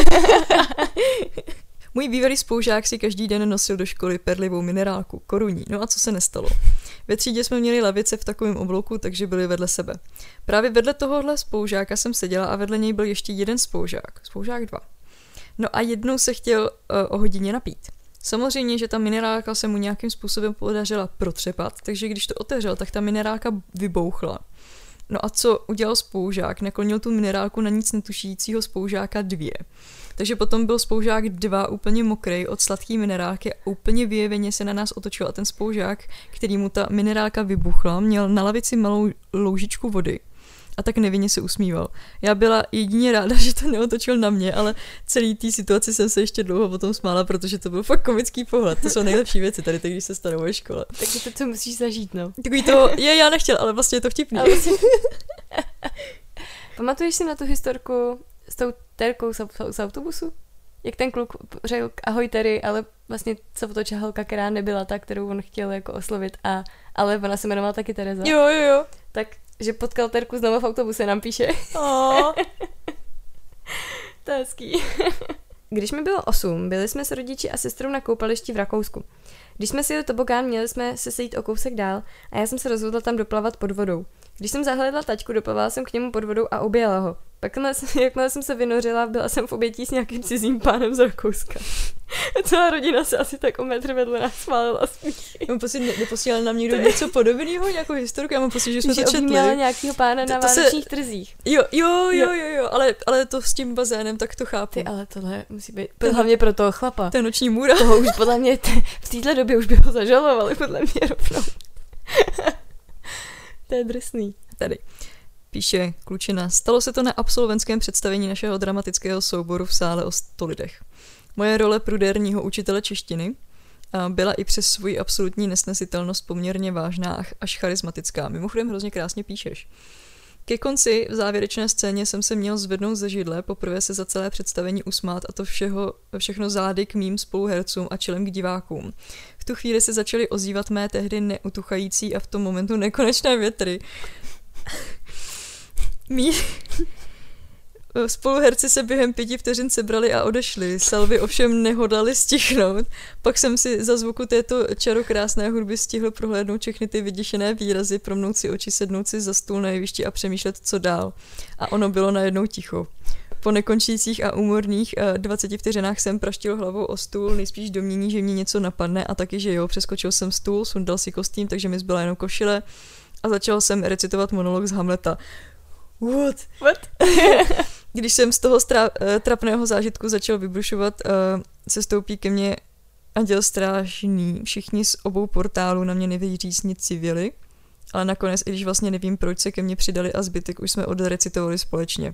Můj bývalý spolužák si každý den nosil do školy perlivou minerálku, koruní. No a co se nestalo? Ve třídě jsme měli lavice v takovém oblouku, takže byli vedle sebe. Právě vedle tohohle spolužáka jsem seděla a vedle něj byl ještě jeden spolužák. Spolužák dva. No a jednou se chtěl uh, o hodině napít. Samozřejmě, že ta minerálka se mu nějakým způsobem podařila protřepat, takže když to otevřel, tak ta minerálka vybouchla. No a co udělal spolužák? Naklonil tu minerálku na nic netušícího spolužáka dvě. Takže potom byl spolužák dva úplně mokrej od sladký minerálky a úplně vyjeveně se na nás otočil a ten spolužák, který mu ta minerálka vybuchla, měl na lavici malou loužičku vody a tak nevinně se usmíval. Já byla jedině ráda, že to neotočil na mě, ale celý té situaci jsem se ještě dlouho potom smála, protože to byl fakt komický pohled. To jsou nejlepší věci tady, když se stanou ve škole. Takže to, co musíš zažít, no. Takový to, je, já nechtěl, ale vlastně je to vtipný. Ale si... Pamatuješ si na tu historku s tou Terkou z, z autobusu? Jak ten kluk řekl ahoj Terry, ale vlastně co to čahelka, která nebyla ta, kterou on chtěl jako oslovit, a, ale ona se jmenovala taky Tereza. Jo, jo, jo. Tak, že potkal Terku znovu v autobuse, nám píše. Oh. To je hezký. Když mi bylo osm, byli jsme s rodiči a sestrou na koupališti v Rakousku. Když jsme si jeli tobogán, měli jsme se sejít o kousek dál a já jsem se rozhodla tam doplavat pod vodou. Když jsem zahledla taťku, doplavala jsem k němu pod vodou a objela ho. Pak jakmile jsem se vynořila, byla jsem v obětí s nějakým cizím pánem z Rakouska. Celá rodina se asi tak o metr vedle nás smálila smíchy. Já mám pocit, ne, neposílal nám někdo něco podobného, nějakou historku, já mám pocit, že jsme že to četli. Že nějakýho pána na to, to vánočních se... trzích. Jo, jo, jo, jo, jo, ale, ale to s tím bazénem, tak to chápu. Ty, ale tohle musí být, hlavně pro toho chlapa. Ten noční můra. Toho už podle mě, te, v této době už by ho zažalovali, podle mě rovnou. To je drsný. Tady. Píše klučina, stalo se to na absolventském představení našeho dramatického souboru v sále o sto lidech. Moje role prudérního učitele češtiny byla i přes svoji absolutní nesnesitelnost poměrně vážná až charismatická. Mimochodem hrozně krásně píšeš. Ke konci v závěrečné scéně jsem se měl zvednout ze židle, poprvé se za celé představení usmát a to všeho, všechno zády k mým spoluhercům a čelem k divákům. V tu chvíli se začaly ozývat mé tehdy neutuchající a v tom momentu nekonečné větry. Mí spoluherci se během pěti vteřin sebrali a odešli. Salvy ovšem nehodlali stichnout. Pak jsem si za zvuku této čarokrásné hudby stihl prohlédnout všechny ty vyděšené výrazy, promnout si oči, sednout si za stůl na jevišti a přemýšlet, co dál. A ono bylo najednou ticho. Po nekončících a úmorných dvaceti vteřinách jsem praštil hlavou o stůl, nejspíš domnění, že mě něco napadne a taky, že jo, přeskočil jsem stůl, sundal si kostým, takže mi zbyla jenom košile a začal jsem recitovat monolog z Hamleta. What? What? Když jsem z toho stra- trapného zážitku začal vybrušovat, uh, se stoupí ke mně anděl strážný. Všichni z obou portálů na mě nevěřícně civili, ale nakonec, i když vlastně nevím, proč se ke mně přidali a zbytek už jsme odrecitovali společně.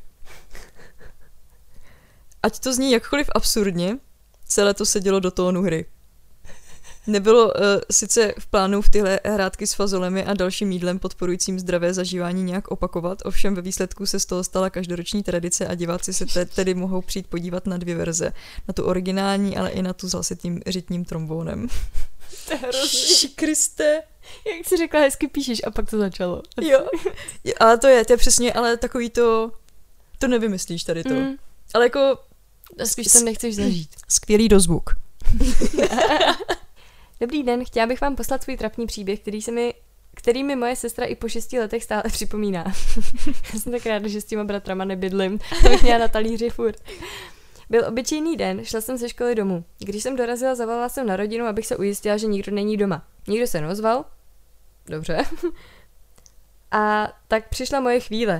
Ať to zní jakkoliv absurdně, celé to se dělo do tónu hry. Nebylo uh, sice v plánu v tyhle hrátky s fazolemi a dalším jídlem podporujícím zdravé zažívání nějak opakovat, ovšem ve výsledku se z toho stala každoroční tradice a diváci se te- tedy mohou přijít podívat na dvě verze. Na tu originální, ale i na tu zase tím rytmým trombónem. To je hrozný. Kriste. Jak jsi řekla, hezky píšeš a pak to začalo. Jo. A to je, to je přesně, ale takový to, to nevymyslíš tady to. Mm. Ale jako... Spíš to nechceš zažít. Skvělý dozvuk. Dobrý den, chtěla bych vám poslat svůj trapný příběh, který se mi, který mi moje sestra i po šesti letech stále připomíná. Já jsem tak ráda, že s těma bratrama nebydlím. To bych měla na talíři furt. Byl obyčejný den, šla jsem ze školy domů. Když jsem dorazila, zavolala jsem na rodinu, abych se ujistila, že nikdo není doma. Nikdo se neozval. Dobře. A tak přišla moje chvíle.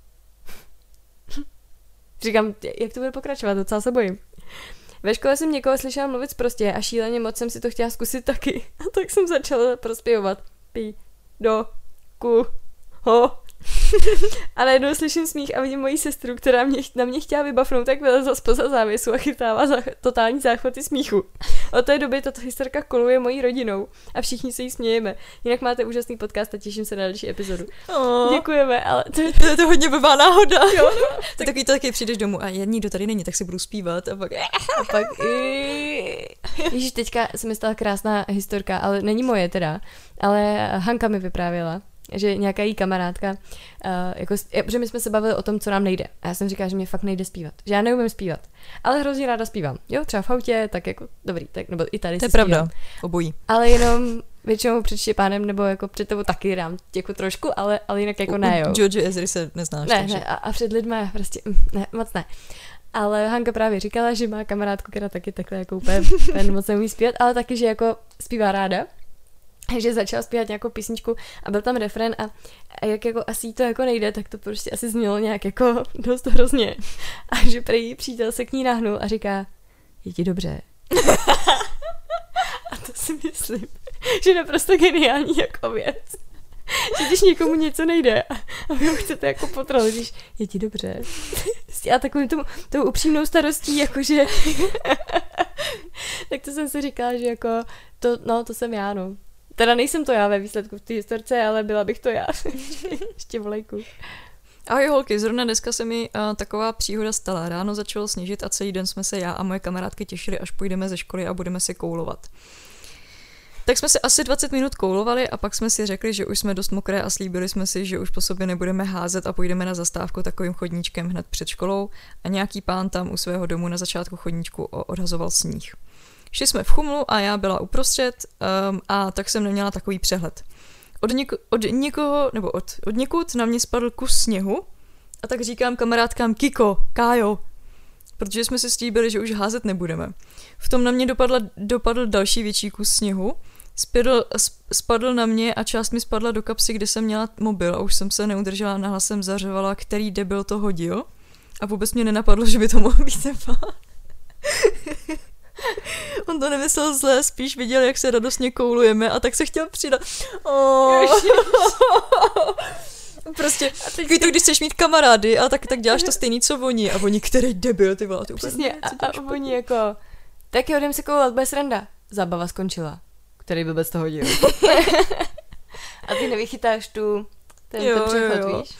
Říkám, jak to bude pokračovat, docela se bojím. Ve škole jsem někoho slyšela mluvit sprostě a šíleně moc jsem si to chtěla zkusit taky. A tak jsem začala prospěvovat. Pí, do, ku, ho. A najednou slyším smích a vidím moji sestru, která mě, na mě chtěla vybavnout, tak vylezla spoza závěsu a chytává za, totální záchvaty smíchu. Od té doby tato historka koluje mojí rodinou a všichni se jí smějeme. Jinak máte úžasný podcast a těším se na další epizodu. Oh. Děkujeme, ale to je to, je to hodně blbá náhoda. Jo, no. To takový to taky přijdeš domů a jední, kdo tady není, tak si budu zpívat a pak... A pak... Ježiš, teďka se mi stala krásná historka, ale není moje teda, ale Hanka mi vyprávěla, že nějaká jí kamarádka, uh, jako, že my jsme se bavili o tom, co nám nejde. A já jsem říkala, že mě fakt nejde zpívat. Že já neumím zpívat. Ale hrozně ráda zpívám. Jo, třeba v autě, tak jako dobrý, tak, nebo i tady to si je pravda, zpívám. Obojí. Ale jenom většinou před Štěpánem, nebo jako před tebou taky dám jako trošku, ale, ale jinak jako u, ne, jo. George Ezry se neznáš. Ne, takže. ne, a, a před lidma prostě, ne, moc ne. Ale Hanka právě říkala, že má kamarádku, která taky takhle jako úplně moc neumí zpívat, ale taky, že jako zpívá ráda. Takže začala zpívat nějakou písničku a byl tam refrén a, a jak jako asi to jako nejde, tak to prostě asi znělo nějak jako dost hrozně. A že prý její přítel se k ní nahnul a říká, je ti dobře. A to si myslím, že je naprosto geniální jako věc. Že když někomu něco nejde a, a vy ho chcete jako potrolit, když je ti dobře. A takovým tomu, tou upřímnou starostí, jakože... Tak to jsem si říkala, že jako, to, no to jsem já, no. Teda nejsem to já ve výsledku v té historce, ale byla bych to já. Ještě volejku. Ahoj holky, zrovna dneska se mi uh, taková příhoda stala. Ráno začalo sněžit a celý den jsme se já a moje kamarádky těšili, až půjdeme ze školy a budeme se koulovat. Tak jsme se asi dvacet minut koulovali a pak jsme si řekli, že už jsme dost mokré a slíbili jsme si, že už po sobě nebudeme házet a půjdeme na zastávku takovým chodníčkem hned před školou a nějaký pán tam u svého domu na začátku chodníčku odhazoval sníh. Šli jsme v chumlu a já byla uprostřed um, a tak jsem neměla takový přehled. Od, něko, od někoho, nebo od, od někud na mě spadl kus sněhu a tak říkám kamarádkám Kiko, Kájo, protože jsme si slíbili, že už házet nebudeme. V tom na mě dopadla, dopadl další větší kus sněhu, spadl, spadl na mě a část mi spadla do kapsy, kde jsem měla mobil a už jsem se neudržela, nahlas jsem zařevala, který debil to hodil a vůbec mě nenapadlo, že by to mohl být ten pán. On to nemyslel zle, spíš viděl, jak se radostně koulujeme a tak se chtěl přidat. Oh. Prostě, takový to, když chceš mít kamarády a tak, tak děláš to stejný, co oni. A oni, který debil, ty vole. Přesně, a, a oni jako, tak jo, jdem se koulat, bude sranda. Zábava skončila. Který by bez toho hodil. A ty nevychytáš tu, ten, jo, ten přechod, jo, jo. víš?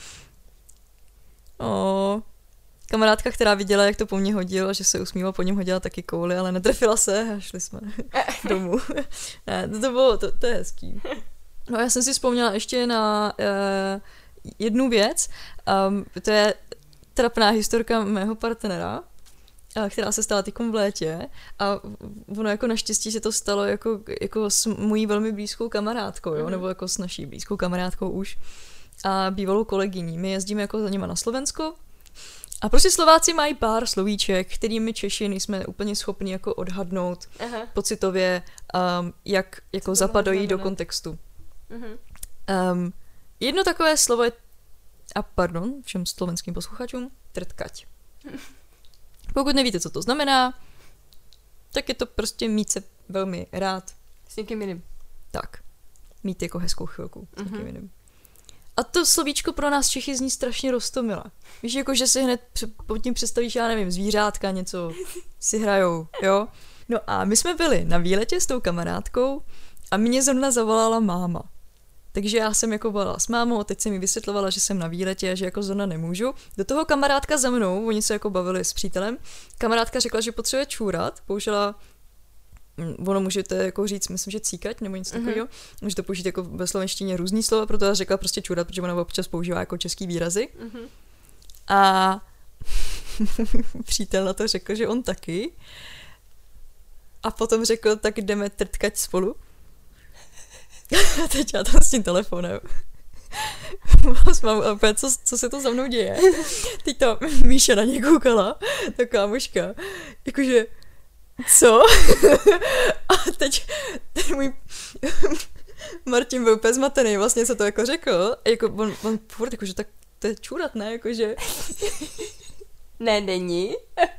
Oh. Kamarádka, která viděla, jak to po mně hodil a že se usmíval, po něm hodila taky kouli, ale netrefila se a šli jsme domů. Ne, to, to bylo, to, to je hezký. No já jsem si vzpomněla ještě na uh, jednu věc, um, to je trapná historka mého partnera, uh, která se stala týkom v létě a ono jako naštěstí se to stalo jako, jako s mojí velmi blízkou kamarádkou, jo? Mm. nebo jako s naší blízkou kamarádkou už a bývalou kolegyní. My jezdíme jako za nima na Slovensko. A prostě Slováci mají pár slovíček, kterými Češi nejsme úplně schopni jako odhadnout Aha. pocitově, um, jak jako zapadají do kontextu. Uh-huh. Um, jedno takové slovo je, a pardon, všem slovenským posluchačům, trtkať. Pokud nevíte, co to znamená, tak je to prostě mít se velmi rád. S někým jiným. Tak. Mít jako hezkou chvilku s někým uh-huh. jiným. A to slovíčko pro nás Čechy zní strašně roztomile. Víš, jako že si hned pod tím představíš, já nevím, zvířátka něco si hrajou, jo? No a my jsme byli na výletě s tou kamarádkou a mě zrovna zavolala máma. Takže já jsem jako volala s mámou a teď jsem mi vysvětlovala, že jsem na výletě a že jako zrovna nemůžu. Do toho kamarádka za mnou, oni se jako bavili s přítelem, kamarádka řekla, že potřebuje čůrat, použila, ono můžete jako říct, myslím, že cíkať nebo něco takového, mm-hmm. můžete použít jako ve slovenštině různý slova, proto já řekla prostě čůrat, protože ona občas používá jako český výrazy. Mm-hmm. A přítel na to řekl, že on taky. A potom řekl, tak jdeme trtkať spolu. A teď já tam s tím telefonem. Mám opět, co, co se to za mnou děje. Teď to Míša na ně koukala, ta kámoška. Jakože, co? A teď ten můj Martin byl úplně zmatený, vlastně co to jako řekl. A jako on, on furt jakože tak to je čůrat, ne? Jakože... Ne, není.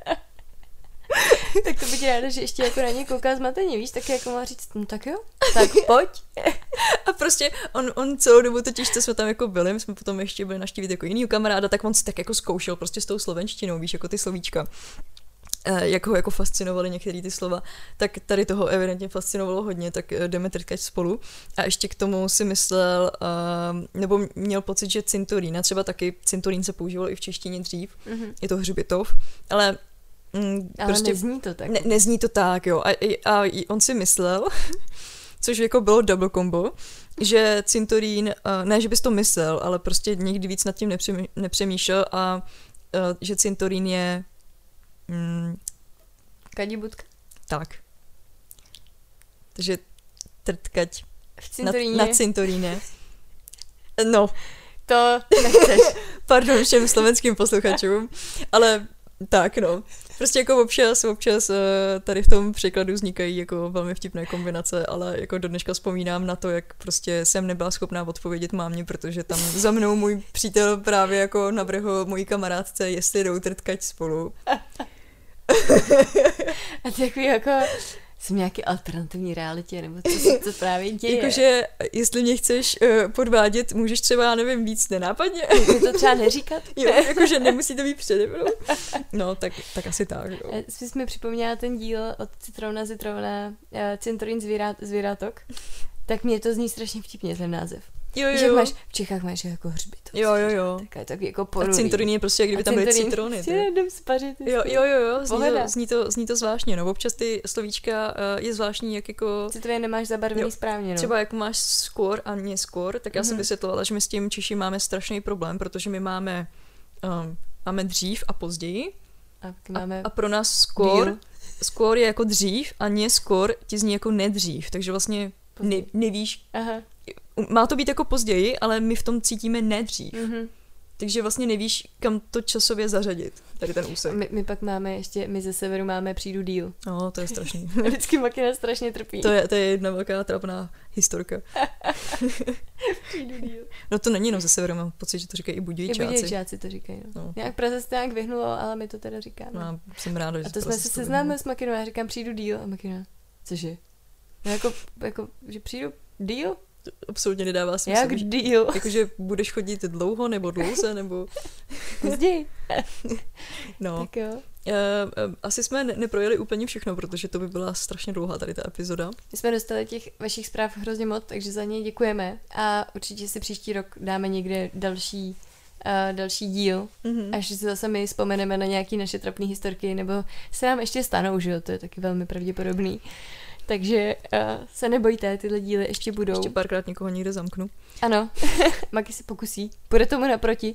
Tak to bych ráda, že ještě jako na ně kouká zmateně, víš, tak jako má říct, no tak jo, tak pojď. A prostě on, on celou dobu totiž, co jsme tam jako byli, my jsme potom ještě byli naštívit jako jinýho kamaráda, tak on si tak jako zkoušel prostě s tou slovenštinou, víš, jako ty slovíčka. Jak ho jako fascinovaly některé ty slova, tak tady toho evidentně fascinovalo hodně, tak jdeme trtkať spolu. A ještě k tomu si myslel, uh, nebo měl pocit, že cinturína, třeba taky cinturín se používal i v češtině dřív, mm-hmm. je to hřbitov, ale mm, ale prostě nezní to tak. Ne, nezní to tak, jo. A, a, a on si myslel, což jako bylo double combo, že cinturín, uh, ne, že bys to myslel, ale prostě někdy víc nad tím nepřemý, nepřemýšlel a uh, že cinturín je Mm. Kadibudka. Tak. Takže trtkať v cinturíně. Na, na cinturíne. No. To nechceš. Pardon všem slovenským posluchačům, ale tak no. Prostě jako občas, občas tady v tom překladu vznikají jako velmi vtipné kombinace, ale jako do dneška vzpomínám na to, jak prostě jsem nebyla schopná odpovědět mámě, protože tam za mnou můj přítel právě jako navrhl mojí kamarádce, jestli jdou trtkať spolu. A takový jako jsem nějaký alternativní realitě, nebo co se to právě děje. Jakože, jestli mě chceš uh, podvádět, můžeš třeba, já nevím, víc nenápadně. Můžu to třeba neříkat? Jo, jakože nemusí to být přede mnou. No, tak, tak asi tak. Jo. Jsi mi připomněla ten díl od Citrona Citrona uh, Cinturín zvírát, zvírátok, tak mě to zní strašně vtipně, ten název. Jo, jo, že jo. máš, v Čechách máš jako hřbitov. Jo, jo, jo. Tak, tak jako porulý. A cinturín je prostě, jak kdyby tam byly citrony. Jdem spařit. Jo, jo, jo, jo. Zní, to, zní, to, zní to zvláštně, no. Občas ty slovíčka uh, je zvláštní, jak jako... Citlivě nemáš zabarvený jo, správně, no. Třeba jak máš skor a nie skor, tak já mm-hmm. jsem vysvětlovala, že my s tím Češi máme strašný problém, protože my máme, um, máme dřív a později. A, máme a, a pro nás skor, skor je jako dřív a nie skor ti zní jako nedřív, takže vlastně ne, nevíš... Aha. Má to být jako později, ale my v tom cítíme nedřív. Mm-hmm. Takže vlastně nevíš, kam to časově zařadit, tady ten úsek. My, my pak máme ještě, my ze severu máme přijdu díl. No, to je strašný. Vždycky Makina strašně trpí. To je, to je jedna velká trapná historka. Přijdu díl. No to není jenom ze severu, mám pocit, že to říkají i Budějčáci. I Budějčáci to říkají, no. no. Nějak Praze se to nějak vyhnulo, ale my to teda říkáme. No, jsem ráda, že a to jsme se seznámili s Makinou, já říkám přijdu díl a Makina, cože? No jako, jako, že přijdu díl? Absolutně nedává smysl. Jak díl? Jakože budeš chodit dlouho, nebo dlouze, nebo... Později. No. Tak jo. Uh, uh, asi jsme ne- neprojeli úplně všechno, protože to by byla strašně dlouhá tady ta epizoda. My jsme dostali těch vašich zpráv hrozně moc, takže za ně děkujeme a určitě si příští rok dáme někde další, uh, další díl, mm-hmm. až si zase my vzpomeneme na nějaký naše trapné historky, nebo se nám ještě stanou, že jo, to je taky velmi pravděpodobný. Takže uh, se nebojte, tyhle díly ještě budou. Ještě párkrát někoho někde zamknu. Ano, Maki se pokusí. Půjde tomu naproti.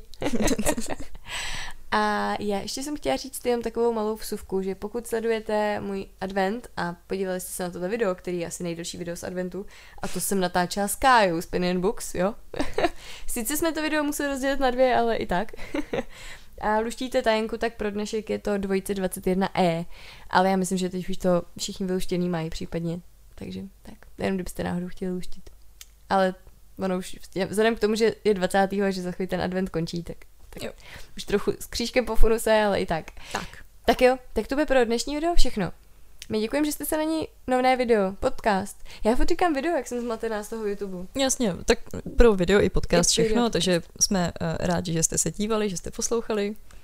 A já ještě jsem chtěla říct jenom takovou malou vsuvku, že pokud sledujete můj advent a podívali jste se na toto video, který je asi nejdelší video z adventu, a to jsem natáčela s Kájou z Pen and Books, jo? Sice jsme to video museli rozdělit na dvě, ale i tak. A luštíte tajenku, tak pro dnešek je to dvojce dvacet jedna E, ale já myslím, že teď už to všichni vyluštěný mají případně, takže tak, jenom kdybyste náhodou chtěli luštit. Ale ono už, vzhledem k tomu, že je dvacátého a že za chvíli ten advent končí, tak, tak jo. Už trochu s křížkem po funuse, ale i tak. Tak. Tak jo, tak to by pro dnešní video všechno. My děkujeme, že jste se na ní novné video, podcast. Já furt říkám video, jak jsem zmatená z toho YouTube. Jasně, tak pro video i podcast I všechno, video. Takže jsme uh, rádi, že jste se dívali, že jste poslouchali.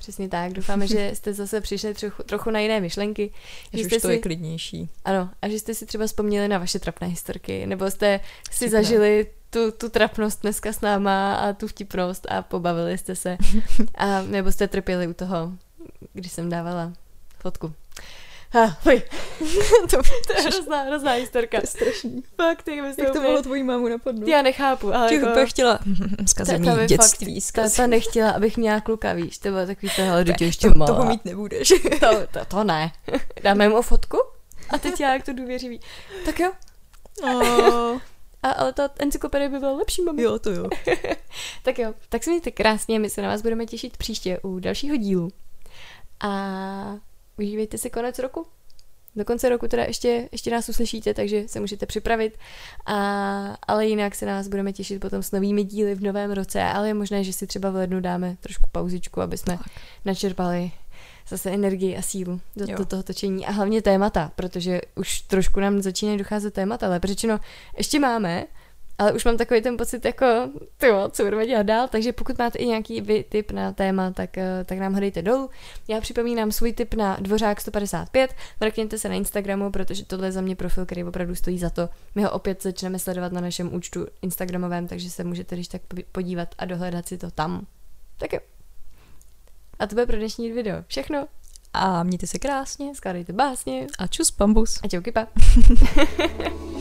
Přesně tak. Doufáme, že jste zase přišli trochu, trochu na jiné myšlenky. Že, že už jste to si, je klidnější. Ano, a že jste si třeba vzpomněli na vaše trapné historky, nebo jste si Vtipné. zažili tu, tu trapnost dneska s náma a tu vtipnost a pobavili jste se. A nebo jste trpěli u toho, když jsem dávala fotku. Ha, fuj. to, to je hrozná, hrozná historka. To je strašný. Fakt, jak, Jak to mohlo tvojí mámu napadnout? Já nechápu, ale Těch jako... úplně chtěla zkazit mý dětství. Ta, ta nechtěla, abych měla kluka, víš, to bylo takový to, ale dítě ještě to, malá. toho mít nebudeš. to, to, to ne. Dáme mu fotku a teď já jak to důvěřivý. Tak jo. Oh. A, ale ta encyklopedie by byla lepší, mami. Jo, to jo. Tak jo, tak se mějte krásně, my se na vás budeme těšit příště u dalšího dílu. A užívejte si konec roku. Do konce roku teda ještě, ještě nás uslyšíte, takže se můžete připravit. A, ale jinak se na nás budeme těšit potom s novými díly v novém roce, ale je možné, že si třeba v lednu dáme trošku pauzičku, aby jsme tak. načerpali zase energii a sílu do, do toho točení a hlavně témata, protože už trošku nám začínají docházet témata, ale řečeno ještě máme, ale už mám takový ten pocit jako, tyjo, co budeme dělat dál, takže pokud máte i nějaký vy tip na téma, tak, tak nám hodejte dolů. Já připomínám svůj tip na Dvořák sto padesát pět, mrkněte se na Instagramu, protože tohle je za mě profil, který opravdu stojí za to. My ho opět začneme sledovat na našem účtu Instagramovém, takže se můžete když tak podívat a dohledat si to tam. Tak jo. A to bude pro dnešní video všechno. A mějte se krásně. Skládejte básně. A čus bambus. A čau kypa.